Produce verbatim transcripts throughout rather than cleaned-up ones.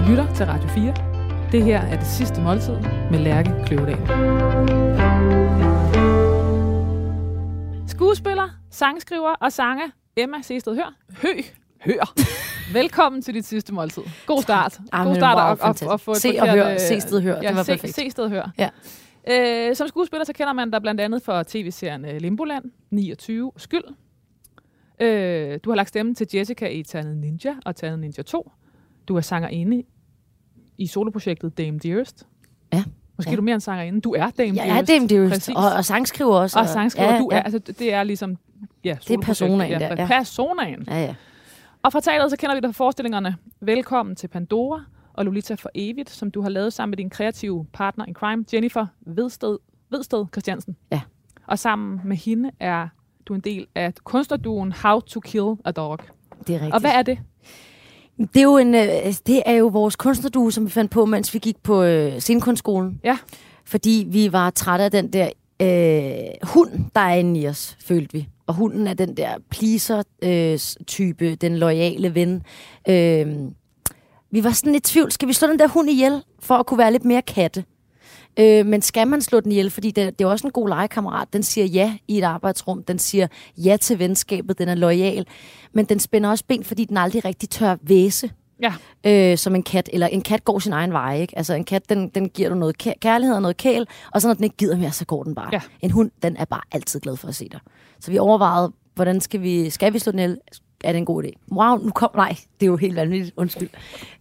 lytter til Radio fire. Det her er Det Sidste Måltid med Lærke Kløvedal. Skuespiller, sangskriver og sanger Emma Sehsted Høgh. Høgh. Hør. Velkommen til Dit Sidste Måltid. God start. Ah, God start at, at, at få et Se og hør, Sehsted Høgh. Ja, det var se, perfekt. Sehsted Høgh. Ja. Øh, som skuespiller, så kender man dig blandt andet for tv-serien Limboland, niogtyve, Skyld. Øh, du har lagt stemme til Jessica i Ternet Ninja og Ternet Ninja to. Du er sangerinde i soloprojektet Dame Dearest. Ja. Måske ja. er du mere en sangerinde. Du er Dame ja, Dearest. Jeg er Dame Dearest. Og, og sangskriver også. Og sangskriver. Ja, du er, ja. altså, det er ligesom... Ja, det er personaen ja, der. Ja. Personaen. Ja, ja. Og fra teateret, så kender vi dig fra forestillingerne Velkommen til Pandora og Lolita for evigt, som du har lavet sammen med din kreative partner in crime, Jennifer Vedsted, Vedsted Christiansen. Ja. Og sammen med hende er du en del af kunstnerduoen How to Kill a Dog. Det er rigtigt. Og hvad er det? Det er jo, en, det er jo vores kunstnerduo, som vi fandt på, mens vi gik på øh, scenekunstskolen. Ja. Fordi vi var trætte af den der øh, hund, der er inde i os, følte vi. Og hunden er den der pleaser-type, øh, den loyale ven. Øh, vi var sådan lidt i tvivl. Skal vi slå den der hund ihjel, for at kunne være lidt mere katte? Øh, men skal man slå den ihjel? Fordi det, det er også en god legekammerat. Den siger ja i et arbejdsrum. Den siger ja til venskabet. Den er loyal. Men den spænder også ben, fordi den aldrig rigtig tør væse. Ja. Øh, som en kat. Eller en kat går sin egen vej, ikke? Altså en kat, den, den giver du noget kærlighed og noget kæl. Og så når den ikke gider mere, så går den bare. Ja. En hund, den er bare altid glad for at se dig. Så vi overvejede, hvordan skal vi... Skal vi slå den ihjel? Er det en god idé? Wow, nu kom... Nej, det er jo helt vanvittigt. Undskyld.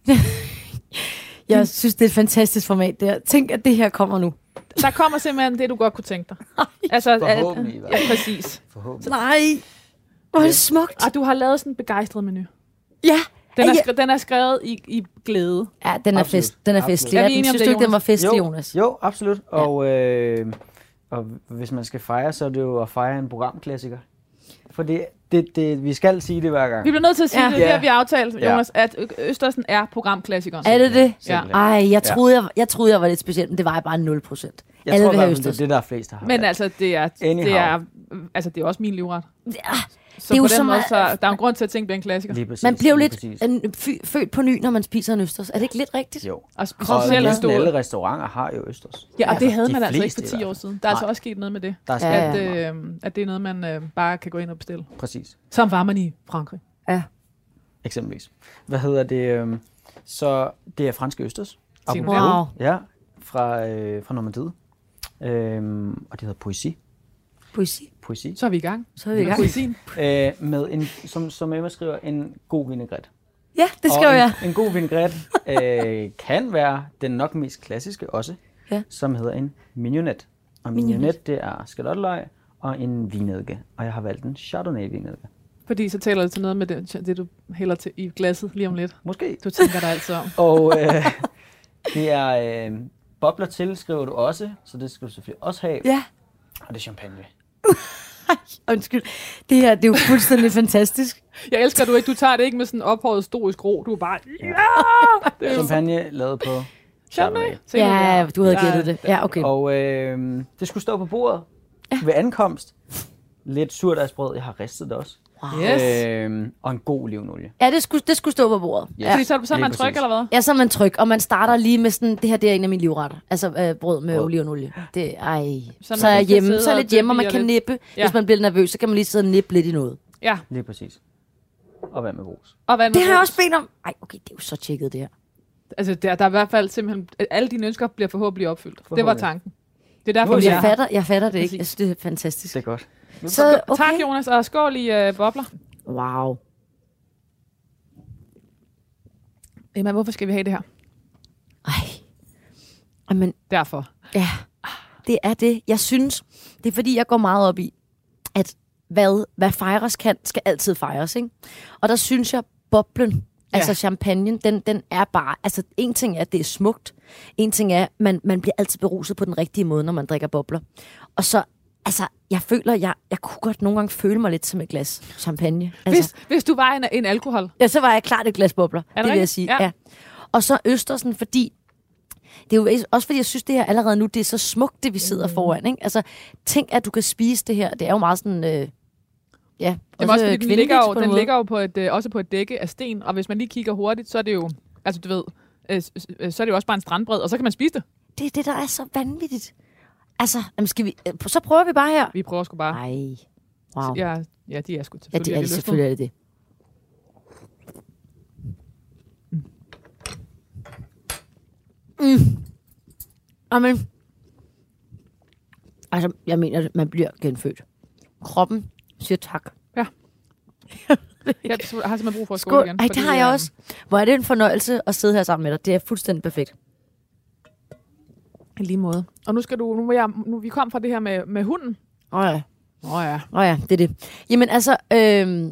Jeg synes, det er et fantastisk format der. Tænk, at det her kommer nu. Der kommer simpelthen det, du godt kunne tænke dig. Altså, Forhåbentlig. At, ja, præcis. Forhåbentlig. Nej, hvor er det smukt. Og du har lavet sådan en begejstret menu. Ja. Den er, ja. skrevet, den er skrevet i, i glæde. Ja, den er, Absolut. fest, den er Absolut. festlig. Er vi Jeg enige om synes det, du ikke, den var Jonas? festlig, Jo, Jonas? jo, absolut. Ja. Og, øh, og hvis man skal fejre, så er det jo at fejre en programklassiker. For det, det, det, vi skal sige det hver gang. Vi bliver nødt til at sige Ja. det, det har vi aftalt, Ja. Jonas, at Østersen er programklassikeren. Er det det? Ja. Ej, jeg troede, jeg, jeg troede, jeg var lidt speciel, men det var jeg bare nul procent. Jeg Alle tror vil i have hvert fald, det er Østers. det, der er flest, der har. Men valgt. altså, det er, Anyhow. det er, altså, det er også min livret. Ja, Så det er jo på så den måde, meget- så der er en grund til at tænke, det er en klassiker. Lige præcis, man bliver jo lige lidt præcis. en, fy, født på ny, når man spiser en Østers. Er det ikke lidt rigtigt? Jo. Og Og specielt næsten stå. alle restauranter har jo Østers. Ja, og det havde De man altså ikke fleste for i ti hvert år fald. siden. Der er altså Nej. også sket noget med det. Der er Ja, sket ja. At, øh, at det er noget, man øh, bare kan gå ind og bestille. Præcis. Som var man i Frankrig. Ja. Eksempelvis. Hvad hedder det? øhm, Så det er franske Østers. Sig nu Apropos. Wow. Ja, fra, øh, fra Normandiet. Øhm, og det hedder poesi. Poesi. Poesi. Så er vi i gang. Så er vi i gang. Poesien. Øh, med en, som, som Emma skriver, en god vinaigrette. Ja, det Og skriver jeg. en, en god vinaigrette øh, kan være den nok mest klassiske også, Ja. som hedder en mignonet. Og Mignonet. mignonet, det er skalotteløg og en vinedike. Og jeg har valgt en chardonnay-vinedike. Fordi så taler det til noget med det, det du hælder til i glasset lige om lidt. Måske. Du tænker dig altså om. Og øh, det er øh, bobler til, skriver du også, så det skal du selvfølgelig også have. Ja. Og det er champagne. Ej, undskyld. Det her, det er jo fuldstændig fantastisk. Jeg elsker, at du ikke du tager det ikke med sådan en ophøjet stoisk ro. Du er bare... Ja! Det er jo Champagne lavet på chardonnay. Se nu Ja, der. du havde Der- gættet det. Ja, okay. Og øh, det skulle stå på bordet ja. ved ankomst. Lidt surdejsbrød, jeg har ristet det også. Yes. Øh, og en god olivenolie. Ja, det skulle, det skulle stå på bordet. Yes. Ja. Fordi så, så er Lige man tryg, præcis. eller hvad? Ja, så er man tryg, og man starter lige med sådan, det her det er en af mine livretter. Altså øh, brød med Brød. olivenolie. Det, ej. Så Så, man så er jeg ikke kan hjemme, sidde så er jeg og lidt hjemme, og man dyppe kan lidt. nippe. Ja. Hvis man bliver nervøs, så kan man lige sidde og nippe lidt i noget. Ja. Lige præcis. Og vand med brus. Og hvad Det har jeg også bedt om. Ej, okay, det er jo så tjekket det her. Altså, der, der er i hvert fald simpelthen... Alle dine ønsker bliver forhåbentlig opfyldt. Det var Forhåbentlig. tanken. Det er derfor, Nu er vi det er Jeg her. fatter, jeg fatter det ikke. Præcis. Jeg synes, det er fantastisk. Det er godt. Så, okay. Tak, Jonas, og skål i uh, bobler. Wow. Emma, hvorfor skal vi have det her? Ej. Jamen, Derfor. ja, det er det. Jeg synes, det er fordi, jeg går meget op i, at hvad, hvad fejres kan, skal altid fejres, ikke? Og der synes jeg, boblen, ja. altså champagne, den, den er bare... Altså, en ting er, at det er smukt. En ting er, at man, man bliver altid beruset på den rigtige måde, når man drikker bobler. Og så, altså, jeg føler, jeg, jeg kunne godt nogle gange føle mig lidt som et glas champagne. Altså, Hvis, hvis du var en, en alkohol. ja, så var jeg klart et glas bobler. Det, det vil jeg rigtigt? sige. Ja. Ja. Ja. Og så Østersen, fordi... Det er jo også fordi, jeg synes, det her allerede nu, det er så smukt, det vi sidder mm. foran. Ikke? Altså, tænk, at du kan spise det her. Det er jo meget sådan... Øh, ja, Det er også, fordi den kvindeligt ligger jo, på en den måde. ligger jo på et, øh, også på et dække af sten, og hvis man lige kigger hurtigt, så er det jo, altså du ved, øh, øh, så er det jo også bare en strandbred, og så kan man spise det. Det er det, der er så vanvittigt. Altså, jamen skal vi, så prøver vi bare her. Vi prøver sgu bare. Nej. Wow. Ja, ja, de er sgu Ja, det er det, selvfølgelig er det det. Mm. Amen. Altså, jeg mener, at man bliver genfødt. Kroppen siger tak. Ja. Jeg har simpelthen brug for at skåle Skål. igen. Ej, det har jeg også. Hvor er det en fornøjelse at sidde her sammen med dig. Det er fuldstændig perfekt. I lige måde. Og nu skal du, nu, jeg, nu vi kom fra det her med, med hunden. Åh oh, ja. Åh oh, ja. Åh oh, ja, det er det. Jamen altså, øhm,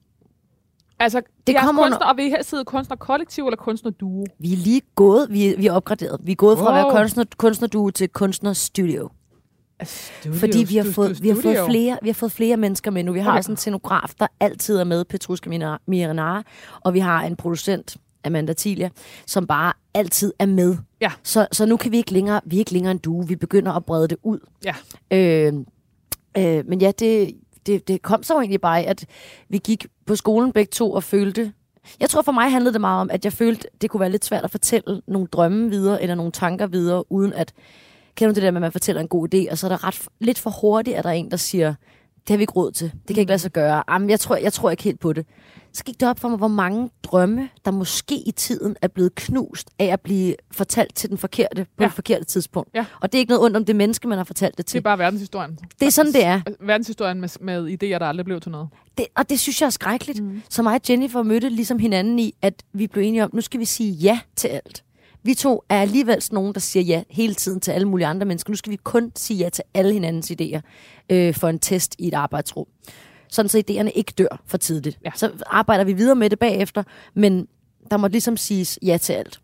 Altså, det er kunstner, under... og vi er siddet kunstnerkollektiv eller kunstnerduo? Vi er lige gået, vi er, vi er opgraderet. Vi er gået fra wow. at være kunstner, kunstnerduo til kunstnerstudio. Studio, Fordi vi har, stu, fået, stu, vi, har fået flere, vi har fået flere mennesker med nu. Vi har okay. også en scenograf, der altid er med, Petruska Miranara, og vi har en producent, Amanda Thilia, som bare altid er med. Ja. Så, så nu kan vi ikke længere, vi er ikke længere en duo. Vi begynder at brede det ud. Ja. Øh, øh, men ja, det, det, det kom så egentlig bare, at vi gik på skolen begge to og følte... Jeg tror for mig handlede det meget om, at jeg følte, det kunne være lidt svært at fortælle nogle drømme videre, eller nogle tanker videre, uden at... Kender du det der med, at man fortæller en god idé, og så er der ret lidt for hurtigt, at der er en, der siger, det har vi ikke råd til. Det kan ikke lade sig gøre. Jamen, jeg tror, jeg tror ikke helt på det. Så gik det op for mig, hvor mange drømme, der måske i tiden er blevet knust af at blive fortalt til den forkerte, på ja. det forkerte tidspunkt. Ja. Og det er ikke noget ondt om det menneske, man har fortalt det til. Det er bare verdenshistorien. Det er sådan, det er. Verdenshistorien med, med idéer, der aldrig blev til noget. Det, og det synes jeg er skrækkeligt. Mm. Så mig og Jennifer mødte ligesom hinanden i, at vi blev enige om, nu skal vi sige ja til alt. Vi to er alligevel sådan nogen, der siger ja hele tiden til alle mulige andre mennesker. Nu skal vi kun sige ja til alle hinandens idéer øh, for en test i et arbejdsrum. Sådan så idéerne ikke dør for tidligt. Ja. Så arbejder vi videre med det bagefter, men der må ligesom siges ja til alt.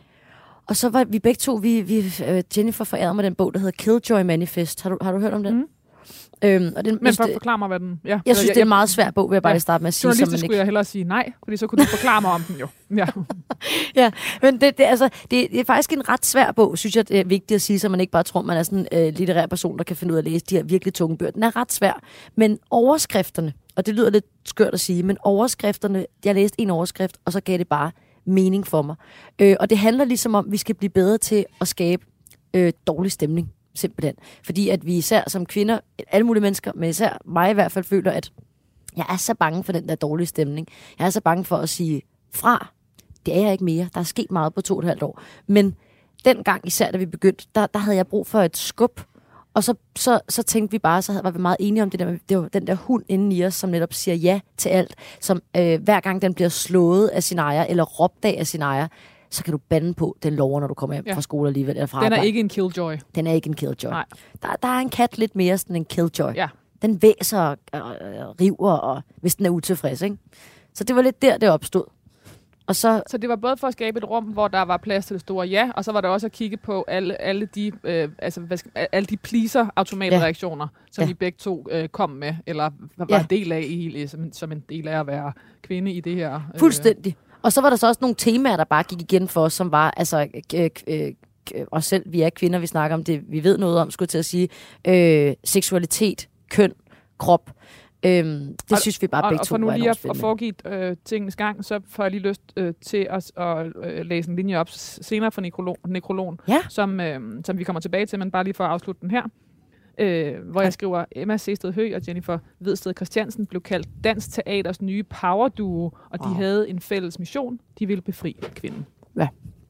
Og så var vi begge to, vi, vi, øh, Jennifer forærede mig den bog, der hedder Killjoy Manifest. Har du, har du hørt om den? Mm. Øhm, og den, men for at forklare mig, hvad den... Ja. Jeg synes, jeg, det er en meget svær bog, vil jeg bare ja. starte med at sige. Journalistisk skulle jeg hellere sige nej, fordi så kunne du forklare mig om den jo. Ja, ja men det, det, altså, det, det er faktisk en ret svær bog, synes jeg, det er vigtigt at sige, så man ikke bare tror, man er sådan en øh, litterær person, der kan finde ud af at læse de her virkelig tunge bøger. Den er ret svær, men overskrifterne, og det lyder lidt skørt at sige, men overskrifterne, jeg læste en overskrift, og så gav det bare mening for mig. Øh, og det handler ligesom om, at vi skal blive bedre til at skabe øh, dårlig stemning. Simpelthen. Fordi at vi især som kvinder, alle mulige mennesker, men især mig i hvert fald, føler, at jeg er så bange for den der dårlige stemning. Jeg er så bange for at sige fra. Det er jeg ikke mere. Der er sket meget på to og et halvt år. Men dengang, især da vi begyndte, der, der havde jeg brug for et skub. Og så, så, så tænkte vi bare, så var vi meget enige om det der, det var den der hund inde i os, som netop siger ja til alt. Som øh, hver gang den bliver slået af sin ejer, eller råbt af af sin ejer, så kan du bande på, den lover, når du kommer hjem ja. fra skole alligevel. Eller fra den er arbejde. ikke en killjoy. Den er ikke en killjoy. Nej. Der, der er en kat lidt mere sådan en killjoy. Ja. Den væser og, og, og river, og, hvis den er utilfreds. Ikke? Så det var lidt der, det opstod. Og så, så det var både for at skabe et rum, hvor der var plads til det store ja, og så var det også at kigge på alle, alle de, øh, altså, hvad skal, alle de pleaser-automatreaktioner, ja. som ja. vi begge to øh, kom med, eller var ja. en del af, i, som, som en del af at være kvinde i det her. Øh. Fuldstændig. Og så var der så også nogle temaer, der bare gik igen for os, som var, altså, øh, øh, os selv, vi er kvinder, vi snakker om det, vi ved noget om, skulle jeg til at sige, øh, seksualitet, køn, krop. Øhm, det og, synes vi bare begge to var Og for nu lige at, at foregive øh, tingens gang, så får jeg lige lyst øh, til at, at øh, læse en linje op senere fra nekrolog, nekrologen, ja. som, øh, som vi kommer tilbage til, men bare lige for at afslutte den her. Øh, hvor jeg skriver, Emma Seested Høgh og Jennifer Vedsted Christiansen blev kaldt Dansk Teaters nye powerduo, og de wow. havde en fælles mission. De ville befri kvinden. Ja.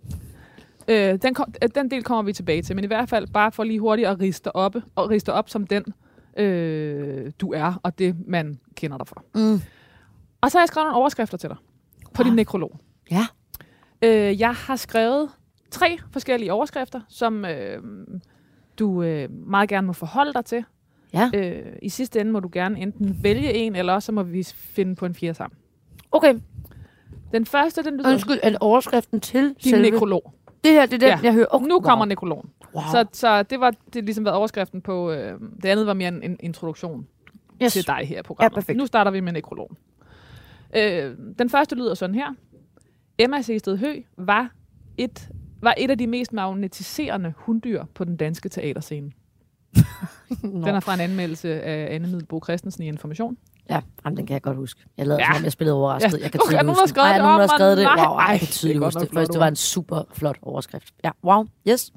Øh, den, kom, den del kommer vi tilbage til, men i hvert fald bare for lige hurtigt at riste op, og riste op som den, øh, du er, og det, man kender dig for. Mm. Og så har jeg skrevet nogle overskrifter til dig på wow. din nekrolog. Ja. Øh, jeg har skrevet tre forskellige overskrifter, som... Øh, du øh, meget gerne må forholde dig til. Ja. Øh, I sidste ende må du gerne enten vælge en, eller også må vi finde på en fjerde sammen. Okay. Den første, den lyder... Undskyld, er det overskriften til din selve? nekrolog. Det her, det er den, ja. jeg hører. Oh, nu wow. kommer nekrologen. Wow. Så, så det var det ligesom været overskriften på... Øh, det andet var mere en, en introduktion yes. til dig her i programmet. Ja, nu starter vi med nekrologen. Øh, den første lyder sådan her. Emma Seested Høgh var et... var et af de mest magnetiserende hunddyr på den danske teaterscene. Den er fra en anmeldelse af Anne Middelboe Christensen i Information. Ja, jamen, den kan jeg godt huske. Jeg lavede Ja. som om jeg spillede overrasket. Ja. Jeg kan Okay, tydeligt nogen har huske skrevet den. det Ej, nogen op, har skrevet det. nej. Wow, ej, jeg kan Det er tydeligt godt huske nok det. flot Først, det var en super flot overskrift. Ja, wow, yes.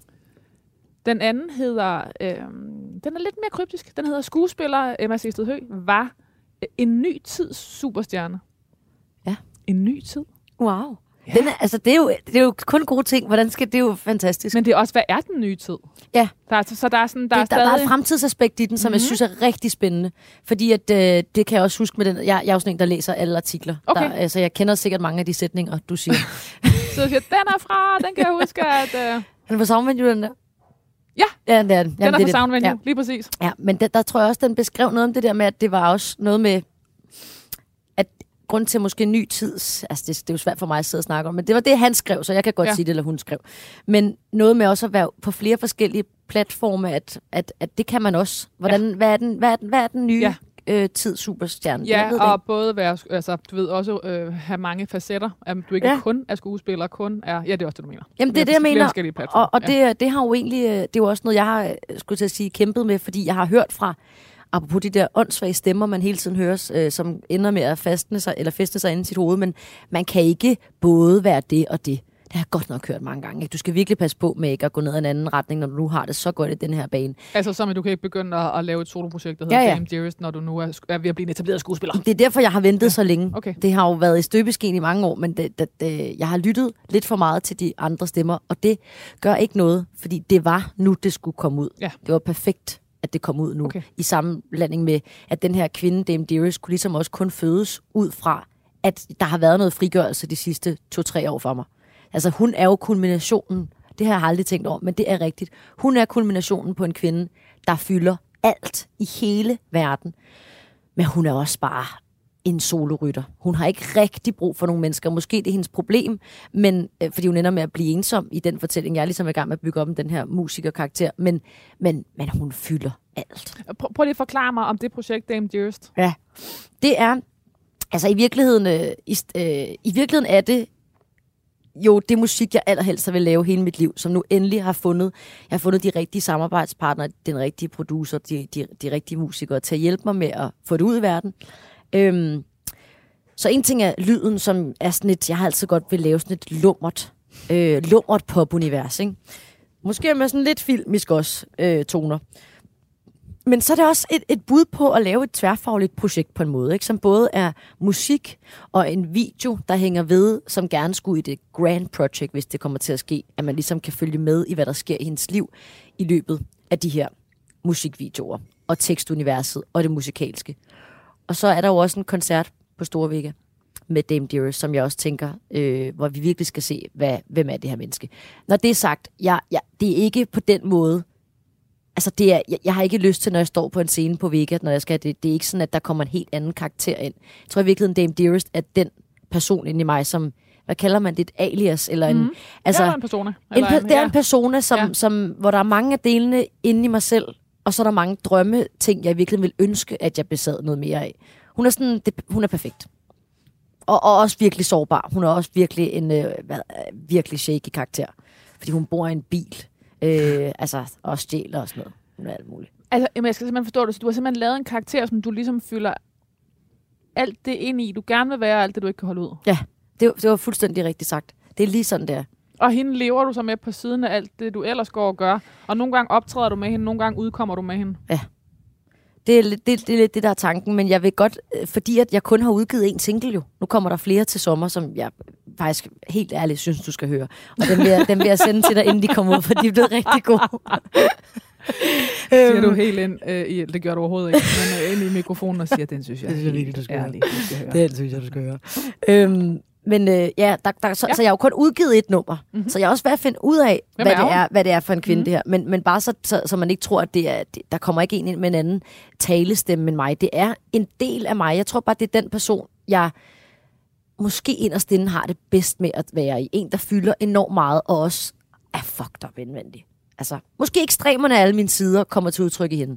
Den anden hedder, øh, den er lidt mere kryptisk. Den hedder skuespiller Emma Sehsted Høgh var en ny tids superstjerne. Ja. En ny tid. Wow. Den er, altså, det er, jo, det er jo kun gode ting. Hvordan skal det er jo fantastisk. Men det er også, hvad er den nye tid? Ja. Der er, så der er sådan, der det, er der, stadig... der er et fremtidsaspekt i den, som mm-hmm. jeg synes er rigtig spændende. Fordi at, øh, det kan jeg også huske med den... Jeg, jeg er jo sådan en, der læser alle artikler. Okay. Der, altså, jeg kender sikkert mange af de sætninger, du siger. Så jeg siger, den er fra, den kan jeg huske, at... Øh... Er den på Soundvenue, den der? Ja, ja det er den. den Jamen, er det fra det. Soundvenue, Ja. lige præcis. Ja, men der, der tror jeg også, den beskrev noget om det der med, at det var også noget med... At grund til måske en ny tids... Altså, det, det er jo svært for mig at sidde og snakke om, men det var det, han skrev, så jeg kan godt ja. sige det, eller hun skrev. Men noget med også at være på flere forskellige platforme, at, at, at det kan man også. Hvordan, ja. hvad, er den, hvad, er den, hvad er den nye... Ja. Øh, tid superstjerne. Ja, og det. Både være, altså, du ved også øh, have mange facetter. At du ikke ja. kun er skuespiller, kun er... Ja, det er også det, du mener. Jamen, det er det, jeg mener. Og, og ja. det, det har jo egentlig... Det er jo også noget, jeg har, skulle til at sige, kæmpet med, fordi jeg har hørt fra, apropos de der åndssvage stemmer, man hele tiden hører, øh, som ender med at fastne sig, eller fæstne sig inde i sit hoved, men man kan ikke både være det og det. Det har jeg godt nok hørt mange gange. Ikke? Du skal virkelig passe på med ikke at gå ned i en anden retning, når du nu har det så godt i den her bane. Altså som, at du kan ikke begynde at, at lave et soloprojekt, der hedder ja, ja. Dame Dearest, når du nu er, er ved at blive en etableret skuespiller. Det er derfor, jeg har ventet ja. så længe. Okay. Det har jo været i støbeskeen i mange år, men det, det, det, jeg har lyttet lidt for meget til de andre stemmer, og det gør ikke noget, fordi det var nu, det skulle komme ud. Ja. Det var perfekt, at det kom ud nu. Okay. I sammenblanding med, at den her kvinde, Dame Dearest, kunne ligesom også kun fødes ud fra, at der har været noget frigørelse de sidste to-tre år for mig. Altså, hun er jo kulminationen. Det har jeg aldrig tænkt over, men det er rigtigt. Hun er kulminationen på en kvinde, der fylder alt i hele verden. Men hun er også bare en solorytter. Hun har ikke rigtig brug for nogle mennesker. Måske det er hendes problem, men, øh, fordi hun ender med at blive ensom i den fortælling. Jeg er ligesom i gang med at bygge op om den her musikerkarakter, men, men, men hun fylder alt. Prøv, prøv lige at forklare mig om det projekt, Dame Dearest. Ja, det er... Altså, i virkeligheden, øh, i, øh, i virkeligheden er det jo det musik, jeg allerhelst vil lave hele mit liv, som nu endelig har fundet, jeg har fundet de rigtige samarbejdspartnere, den rigtige producer, de, de, de rigtige musikere til at hjælpe mig med at få det ud i verden. Øhm, så en ting er lyden, som er sådan et, jeg har altid godt vil lave sådan et lummert, øh, lummert pop-univers, ikke? Måske med sådan lidt filmisk også øh, toner. Men så er det også et, et bud på at lave et tværfagligt projekt på en måde, ikke? Som både er musik og en video, der hænger ved, som gerne skulle i det grand project, hvis det kommer til at ske, at man ligesom kan følge med i, hvad der sker i hendes liv i løbet af de her musikvideoer og tekstuniverset og det musikalske. Og så er der jo også en koncert på Store Vega med Dame Dearest, som jeg også tænker, øh, hvor vi virkelig skal se, hvad, hvem er det her menneske. Når det er sagt, jeg, jeg, det er ikke på den måde. Altså, det er, jeg, jeg har ikke lyst til, når jeg står på en scene på Vega, når jeg skal det. Det er ikke sådan, at der kommer en helt anden karakter ind. Jeg tror i virkeligheden, Dame Dearest er den person inde i mig, som, hvad kalder man det, et alias? Eller en, mm. altså, det er en persona. En, en, det er ja. en persona, som, ja. som, hvor der er mange af delene inde i mig selv, og så er der mange drømme ting, jeg virkelig vil ønske, at jeg besad noget mere af. Hun er, sådan, det, hun er perfekt. Og, og også virkelig sårbar. Hun er også virkelig en øh, hvad, virkelig shaky karakter. Fordi hun bor i en bil. Øh, altså, og stjæler og sådan noget. Hun er alt muligt. Altså, jeg skal simpelthen forstå det. Så du har simpelthen lavet en karakter, som du ligesom fylder alt det ind i, du gerne vil være, og alt det, du ikke kan holde ud. Ja, det, det var fuldstændig rigtigt sagt. Det er lige sådan, det er. Og hende lever du så med på siden af alt det, du ellers går og gør. Og nogle gange optræder du med hende, nogle gange udkommer du med hende. Ja. Det er lidt det, det, det, det, der er tanken, men jeg vil godt, fordi at jeg kun har udgivet en single jo. Nu kommer der flere til sommer, som jeg faktisk helt ærligt synes, du skal høre. Og dem vil jeg, dem vil jeg sende til dig, inden de kommer ud, for de er blevet rigtig gode. Siger du helt ind øh, i, det gør du overhovedet ikke, men øh, ind i mikrofonen og siger, den synes jeg, det er helt du skal ærlig, du skal høre. Den synes jeg, du skal høre. øhm, men øh, ja, der, der, så, ja, så jeg har jo kun udgivet et nummer, mm-hmm. så jeg er også ved at finde ud af, hvad det, er, hvad det er for en kvinde, mm-hmm. det her. Men, men bare så, så, så man ikke tror, at det er, det, der kommer ikke en ind med en anden talestemme end mig. Det er en del af mig. Jeg tror bare, det er den person, jeg måske inderst inde har det bedst med at være i. En, der fylder enormt meget, og også er fucked up indvendigt. Altså, måske ekstremerne af alle mine sider kommer til udtryk i hende.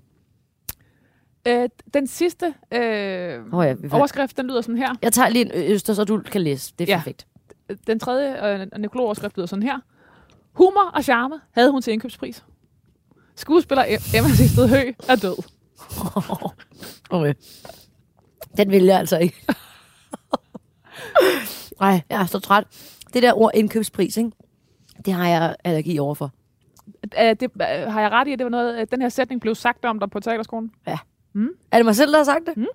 Øh, den sidste øh, oh ja, overskrift, den lyder sådan her. Jeg tager lige en øster, så du kan læse. Det er ja. perfekt. Den tredje øh, nekrologoverskrift lyder sådan her. Humor og charme havde hun til indkøbspris. Skuespiller Emma Sehsted Høgh er død. Okay. Den vil jeg altså ikke. Nej, jeg er så træt. Det der ord indkøbspris, ikke? Det har jeg allergi overfor. Uh, det, uh, har jeg ret i, at det var noget, at den her sætning blev sagt om dig på teaterskolen? Ja. Mm? Er det mig selv, der har sagt det? Mm?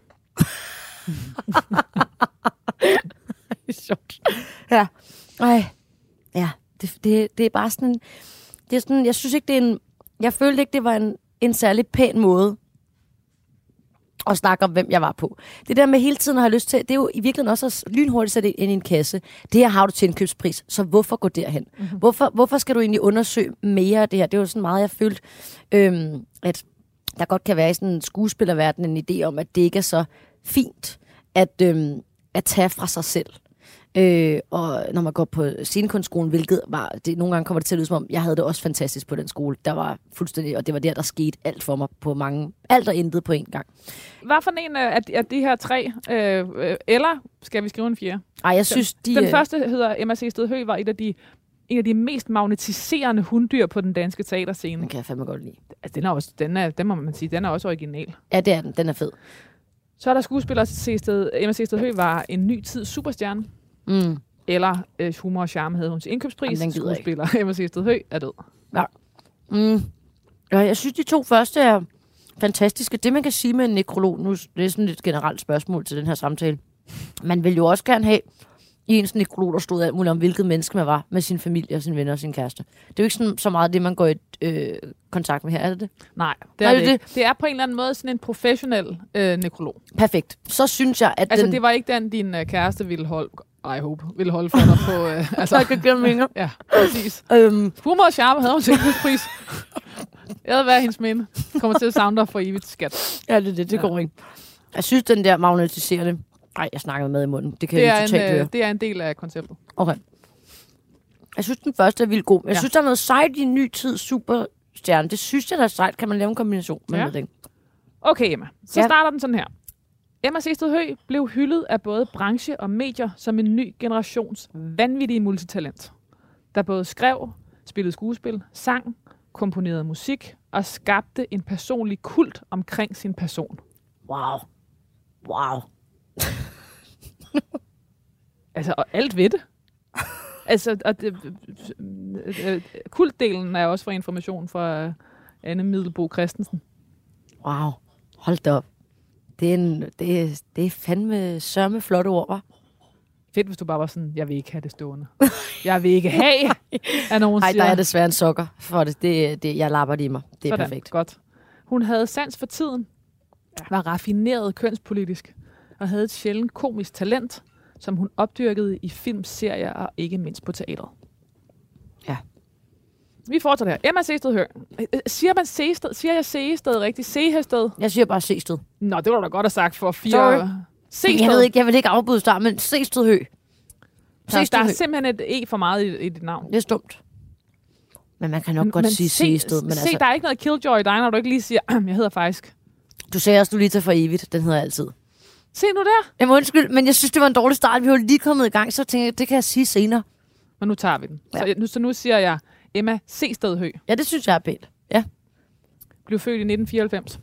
Det er sjovt. Ja. Ej. Ja, det, det, det er bare sådan, det er sådan, jeg synes ikke, det er en, jeg følte ikke, det var en, en særlig pæn måde at snakke om, hvem jeg var på. Det der med hele tiden at have lyst til, det er jo i virkeligheden også at lynhurtigt sætte ind i en kasse. Det her har du til indkøbspris, så hvorfor gå derhen? Mm-hmm. Hvorfor, hvorfor skal du egentlig undersøge mere af det her? Det er jo sådan meget, jeg følte, øhm, at der godt kan være i sådan en skuespillerverden en idé om, at det ikke er så fint at, øhm, at tage fra sig selv. Øh, og når man går på scenekunstskolen, hvilket var, det, nogle gange kommer det til at lyde som om, jeg havde det også fantastisk på den skole. Der var fuldstændig, og det var der, der skete alt for mig på mange, alt og intet på én gang. Hvad for en af, af de her tre, øh, øh, eller skal vi skrive en fjerde? Ej, jeg synes, de... Den første hedder Emma Seested Høgh, var et af de, en af de mest magnetiserende hunddyr på den danske teaterscene. Den kan jeg fandme godt lide. Altså, den er også, den er, den må man sige, den er også original. Ja, det er den. Den er fed. Så er der skuespiller Seested, Emma Seested Høgh var en ny tids superstjerne. Mm. Eller øh, humor og charme havde hun til indkøbspris. Jamen, skuespiller Emma Seested Høgh er død. Ja. Mm. Ja, jeg synes, de to første er fantastiske. Det, man kan sige med en nekrolog, nu det er sådan et generelt spørgsmål til den her samtale. Man vil jo også gerne have i ens nekrolog, der stod alt muligt om, hvilket menneske man var med sin familie og sine venner og sin kæreste. Det er jo ikke sådan, så meget det, man går i øh, kontakt med her, er det det? Nej, det er Nej, det, det ikke. Det er på en eller anden måde sådan en professionel øh, nekrolog. Perfekt. Så synes jeg, at Altså, den... det var ikke den, din øh, kæreste ville holde... I hope, ville holde for dig på... Øh, altså, jeg kan glemme længere. Ja, præcis. Øhm, Humor og charme havde hun til indkøbspris. Jeg havde været hendes minde. Kommer til at savne dig for evigt, skat. ja, det, det, det går ja. ikke. Jeg synes, den der magnetiserende... Nej, jeg snakkede med i munden. Det kan det jeg er totalt en, høre. øh, det er en del af konceptet. Okay. Jeg synes, den første er vildt god. Jeg ja. synes, der er noget sejt i en ny tid superstjerne. Det synes jeg, der er sejt. Kan man lave en kombination med ja. det? Okay, Emma. Så ja. starter den sådan her. Emma Seested Høgh blev hyldet af både branche og medier som en ny generations vanvittige multitalent, der både skrev, spillede skuespil, sang, komponerede musik og skabte en personlig kult omkring sin person. Wow. Wow. Altså, og alt ved det. Altså, og det, øh, kultdelen er også for information fra Anne Middelboe Christensen. Wow. Hold da op. Det er, en, det, er, det er fandme sørme flotte ord, hva'? Fedt, hvis du bare var sådan, jeg vil ikke have det stående. Jeg vil ikke have, at nogen Ej, siger. der er desværre en sokker for det. det, det jeg lapper det i mig. Det er sådan, perfekt. Godt. Hun havde sans for tiden, var raffineret kønspolitisk, og havde et sjældent komisk talent, som hun opdyrkede i film, serier og ikke mindst på teatret. Ja. Vi fortsætter her. Emma Seested Høgh. Siger man Seested? Siger jeg Seested rigtigt? Sehested? Jeg siger bare Seested. Nå, det var da godt at sagt for fire... Sorry. Seested. Jeg ved ikke, jeg vil ikke afbryde start, men Seested Høgh. Der, der er simpelthen et E for meget i, i dit navn. Det er stumt. Men man kan nok men, godt men sige se, Seested. Men se, altså... der er ikke noget killjoy i dig, når du ikke lige siger, jeg hedder faktisk. Du sagde også, du lige tager for evigt. Den hedder altid. Se nu der. Jamen undskyld, men jeg synes, det var en dårlig start. Vi var lige kommet i gang, så tænkte jeg, det kan jeg sige senere. Men nu tager vi den. Ja. Så, nu, så nu siger jeg Emma Seested Høgh. Ja, det synes jeg er pænt. Ja. Blev født i nitten fireoghalvfems.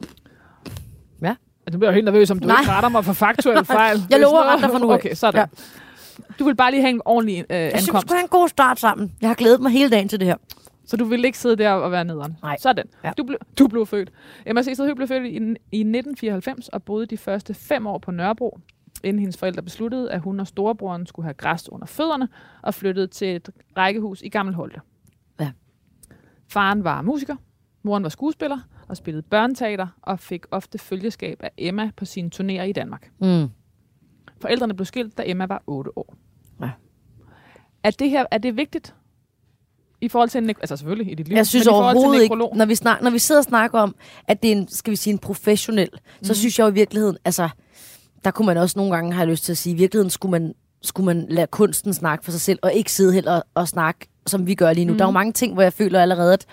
Ja. Altså, du bliver helt nervøs, om du Nej. ikke retter mig for faktuel fejl. Jeg lover at rette dig for nu. Okay, sådan. Ja. Du vil bare lige have en ordentlig øh, ankomst. Jeg synes, vi skulle have en god start sammen. Jeg har glædet mig hele dagen til det her. Så du vil ikke sidde der og være nederen? Nej. Sådan. Ja. Du, ble, du blev født. Emma Seested Høgh blev født i, i nitten fireoghalvfems og boede de første fem år på Nørrebro, inden hendes forældre besluttede, at hun og storebroren skulle have græs under fødderne og flyttede til et rækkehus i Gammel Holte. Ja. Faren var musiker, moren var skuespiller og spillede børneteater og fik ofte følgeskab af Emma på sine turnéer i Danmark. Mm. Forældrene blev skilt, da Emma var otte år. Ja. Er det her er det vigtigt? I forhold til en altså selvfølgelig i dit liv. Jeg synes men overhovedet ikke, når vi, snak, når vi sidder og snakker om, at det er en, skal vi sige, en professionel, mm. så synes jeg jo i virkeligheden, altså, der kunne man også nogle gange have lyst til at sige, i virkeligheden skulle man, skulle man lade kunsten snakke for sig selv, og ikke sidde heller og, og snakke, som vi gør lige nu. Mm. Der er jo mange ting, hvor jeg føler allerede, at,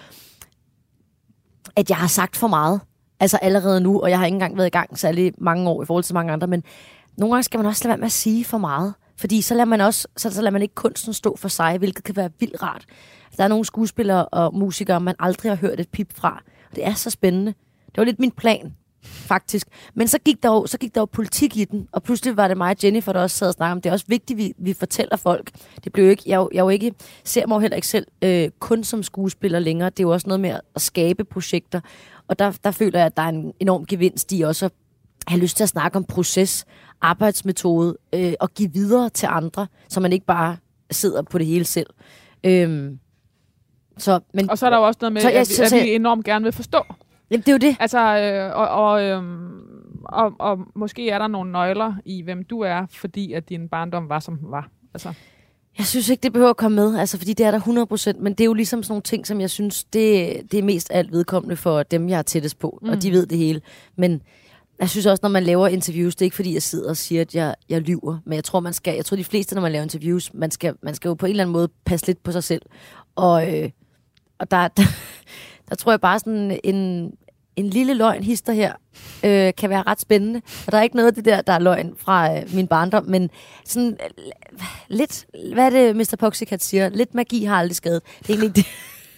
at jeg har sagt for meget, altså allerede nu, og jeg har ikke engang været i gang særlig mange år i forhold til mange andre, men nogle gange skal man også lade være med at sige for meget, fordi så lader man også, så, så lader man ikke kunsten stå for sig, hvilket kan være vildt rart. Der er nogle skuespillere og musikere, man aldrig har hørt et pip fra. Og det er så spændende. Det var lidt min plan faktisk. Men så gik, der jo, så gik der jo politik i den, og pludselig var det mig og Jennifer, der også sad og snakkede om, det er også vigtigt, vi, vi fortæller folk. Det blev jo ikke, jeg, jeg jo ikke, ser mig jo heller ikke selv øh, kun som skuespiller længere. Det er jo også noget med at, at skabe projekter, og der, der føler jeg, at der er en enorm gevinst i også at have lyst til at snakke om proces, arbejdsmetode, øh, og give videre til andre, så man ikke bare sidder på det hele selv. Øhm, så, men, og så er der jo også noget med, så, jeg, at, vi, så, så, at vi enormt gerne vil forstå. Jamen, det er jo det. Altså, øh, og, og, øh, og, og måske er der nogle nøgler i, hvem du er, fordi at din barndom var, som den var. Altså. Jeg synes ikke, det behøver at komme med, altså, fordi det er der hundrede procent, men det er jo ligesom sådan nogle ting, som jeg synes, det, det er mest alt vedkommende for dem, jeg er tættest på, mm. og de ved det hele. Men jeg synes også, når man laver interviews, det er ikke fordi, jeg sidder og siger, at jeg, jeg lyver, men jeg tror, man skal, jeg tror de fleste, når man laver interviews, man skal, man skal jo på en eller anden måde passe lidt på sig selv. Og, øh, og der, der, der tror jeg bare sådan en, en lille løgn hister her, øh, kan være ret spændende. Og der er ikke noget af det der, der er løgn fra øh, min barndom, men sådan øh, lidt, hvad er det, mister Poxycat siger? Lidt magi har aldrig skadet. Det er egentlig ikke det.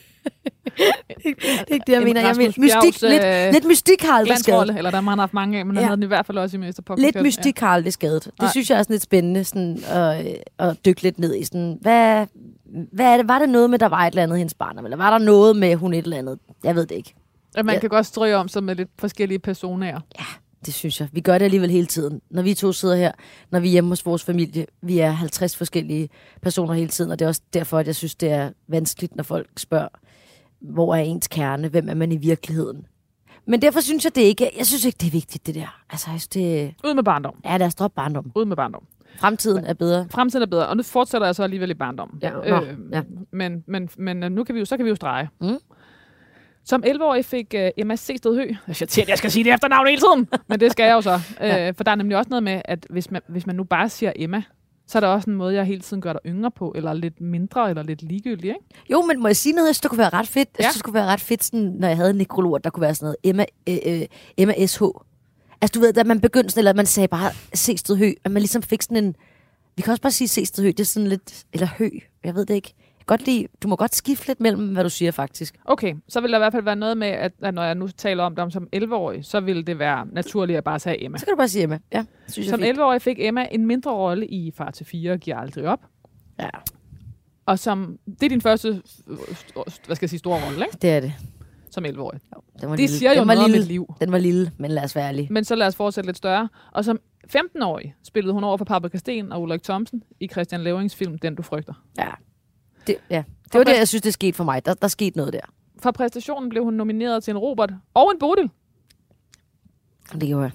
det er ikke det, jeg mener. Jeg mener mystik, lidt, øh, lidt mystik har aldrig skadet. Eller der har man haft mange af, men han ja. havde den i hvert fald også i mister Poxycat. Lidt mystik ja. har aldrig skadet. Det Nej. synes jeg er sådan lidt spændende sådan, at, at dykke lidt ned i. Sådan, hvad, hvad er det? Var det noget med, der var et eller andet hendes barndom? Eller var der noget med, hun et eller andet? Jeg ved det ikke. At man ja. kan godt strøge om sig med lidt forskellige personer. Ja, det synes jeg. Vi gør det alligevel hele tiden. Når vi to sidder her, når vi er hjemme hos vores familie, vi er halvtreds forskellige personer hele tiden, og det er også derfor, at jeg synes, det er vanskeligt, når folk spørger, hvor er ens kerne? Hvem er man i virkeligheden? Men derfor synes jeg, det ikke jeg synes ikke, det er vigtigt, det der. Altså, jeg synes, det... Ud med barndom. Ja, lad os droppe barndom. Ud med barndom. Fremtiden er bedre. Fremtiden er bedre, og nu fortsætter jeg så alligevel i barndommen. Ja, øh, ja. Men, men, men nu kan vi jo, så kan vi jo strege. Mm. Som elleve-årig fik uh, Emma Sehsted Høegh, jeg siger, at jeg skal sige det efternavn hele tiden, men det skal jeg jo så. ja. øh, for der er nemlig også noget med, at hvis man, hvis man nu bare siger Emma, så er der også en måde, jeg hele tiden gør dig yngre på, eller lidt mindre, eller lidt ligegyldig, ikke? Jo, men må jeg sige noget, jeg synes, det kunne være ret fedt? Ja. Jeg synes, det kunne være ret fedt, sådan, når jeg havde en nekrolog, der kunne være sådan noget Emma, øh, øh, Emma S H. Altså, du ved, da man begyndte sådan, eller man sagde bare Sehsted Høegh, at man ligesom fik sådan en... Vi kan også bare sige Sehsted Høegh, det er sådan lidt... Eller Høegh, jeg ved det ikke. Godt lide, du må godt skifte lidt mellem, hvad du siger faktisk. Okay, så vil der i hvert fald være noget med, at, at når jeg nu taler om dem som elleve-årig, så vil det være naturligt at bare sige Emma. Så kan du bare sige Emma, ja. Synes som elleve-årig fik Emma en mindre rolle i Far til fire og giver aldrig op. Ja. Og som, det er din første, hvad skal jeg sige, store rolle, ikke? Det er det. Som elleve-årig. Jo, den var det lille. siger jo den var noget lille. om et liv. Den var lille, men lad os være ærlige. Men så lad os fortsætte lidt større. Og som femten-årig spillede hun over for Paprika Steen og Ulrik Thomsen i Christian Levrings film Den du frygter. Ja. Det, ja. det var det, jeg synes, det skete for mig. Der, der skete noget der. For præstationen blev hun nomineret til en Robert og en Bodil. Det gjorde jeg.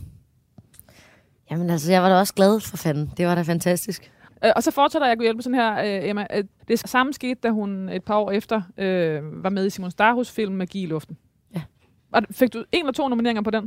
Jamen altså, jeg var da også glad for fanden. Det var da fantastisk. Øh, og så fortsætter jeg at kunne hjælpe sådan her, øh, Emma. Øh, det samme skete, da hun et par år efter øh, var med i Simon Starhus film Magi i luften. Ja. Og fik du en eller to nomineringer på den?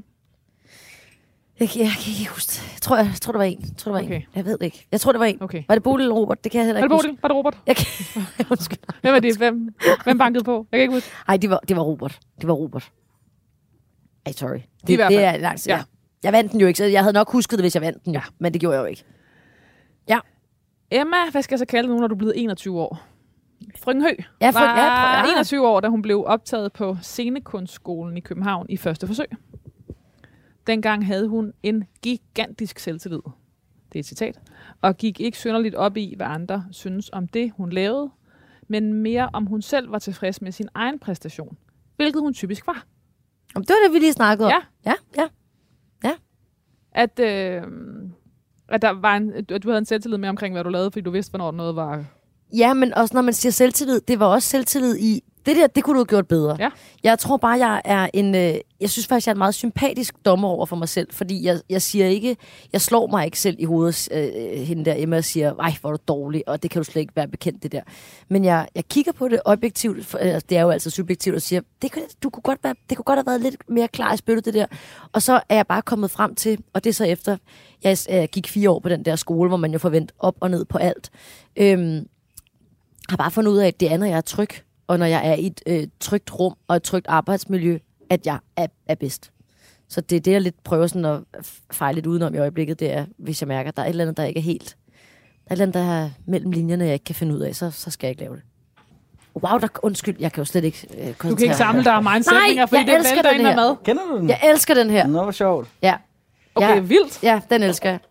Jeg, jeg, jeg kan ikke huske det. Jeg tror, jeg, jeg tror, det var en. Jeg tror, det var okay. en. Jeg ved det ikke. Jeg tror, det var en. Okay. Var det Bodil eller Robert? Det kan jeg heller ikke huske. Var det Bodil? Var det Robert? Jeg kan... Undskyld. Hvem er det? Hvem, hvem bankede på? Jeg kan ikke huske. Nej, det var, det var Robert. Det var Robert. Ej, sorry. Det, det, det er langt. Ja. Jeg vandt den jo ikke, så jeg havde nok husket det, hvis jeg vandt den jo. Ja. Men det gjorde jeg jo ikke. Ja. Emma, hvad skal jeg så kalde nu, når du er blevet enogtyve år? Frøken Høegh ja, for, var ja, ja. enogtyve år, da hun blev optaget på Scenekunstskolen i København i første forsøg. Dengang havde hun en gigantisk selvtillid. Det er et citat. Og gik ikke synderligt op i, hvad andre synes om det, hun lavede, men mere om hun selv var tilfreds med sin egen præstation. Hvilket hun typisk var. Det var det, vi lige snakkede om. Ja. Ja, ja. ja. At, øh, at der var en, at du havde en selvtillid med omkring, hvad du lavede, fordi du vidste, hvornår noget var... Ja, men også når man siger selvtillid, det var også selvtillid i, det der, det kunne du have gjort bedre. Ja. Jeg tror bare, jeg er en, øh, jeg synes faktisk, jeg er en meget sympatisk dommer over for mig selv, fordi jeg, jeg siger ikke, jeg slår mig ikke selv i hovedet, øh, hende der Emma, og siger, ej, hvor er du dårlig, og det kan du slet ikke være bekendt, det der. Men jeg, jeg kigger på det objektivt, for, øh, det er jo altså subjektivt, og siger, det, kan, du kunne godt være, det kunne godt have været lidt mere klar i spyttet, det der. Og så er jeg bare kommet frem til, og det er så efter, jeg øh, gik fire år på den der skole, hvor man jo forventer op og ned på alt, øh, har bare fundet ud af, at det andet, jeg er tryg, og når jeg er i et øh, trygt rum og et trygt arbejdsmiljø, at jeg er, er bedst. Så det er det, jeg lidt prøver sådan at fejle lidt udenom i øjeblikket, det er, hvis jeg mærker, at der er et eller andet, der ikke er helt... Der er et eller andet, der er mellem linjerne, jeg ikke kan finde ud af, så, så skal jeg ikke lave det. Wow, der, undskyld, jeg kan jo slet ikke øh, koncentrere. Du kan ikke samle dig af mange sætninger, fordi jeg det elsker vælter den ind med her. mad. Kender du den? Jeg elsker den her. Nå, hvor sjovt. Ja. Okay, ja. vildt. Ja, den elsker jeg.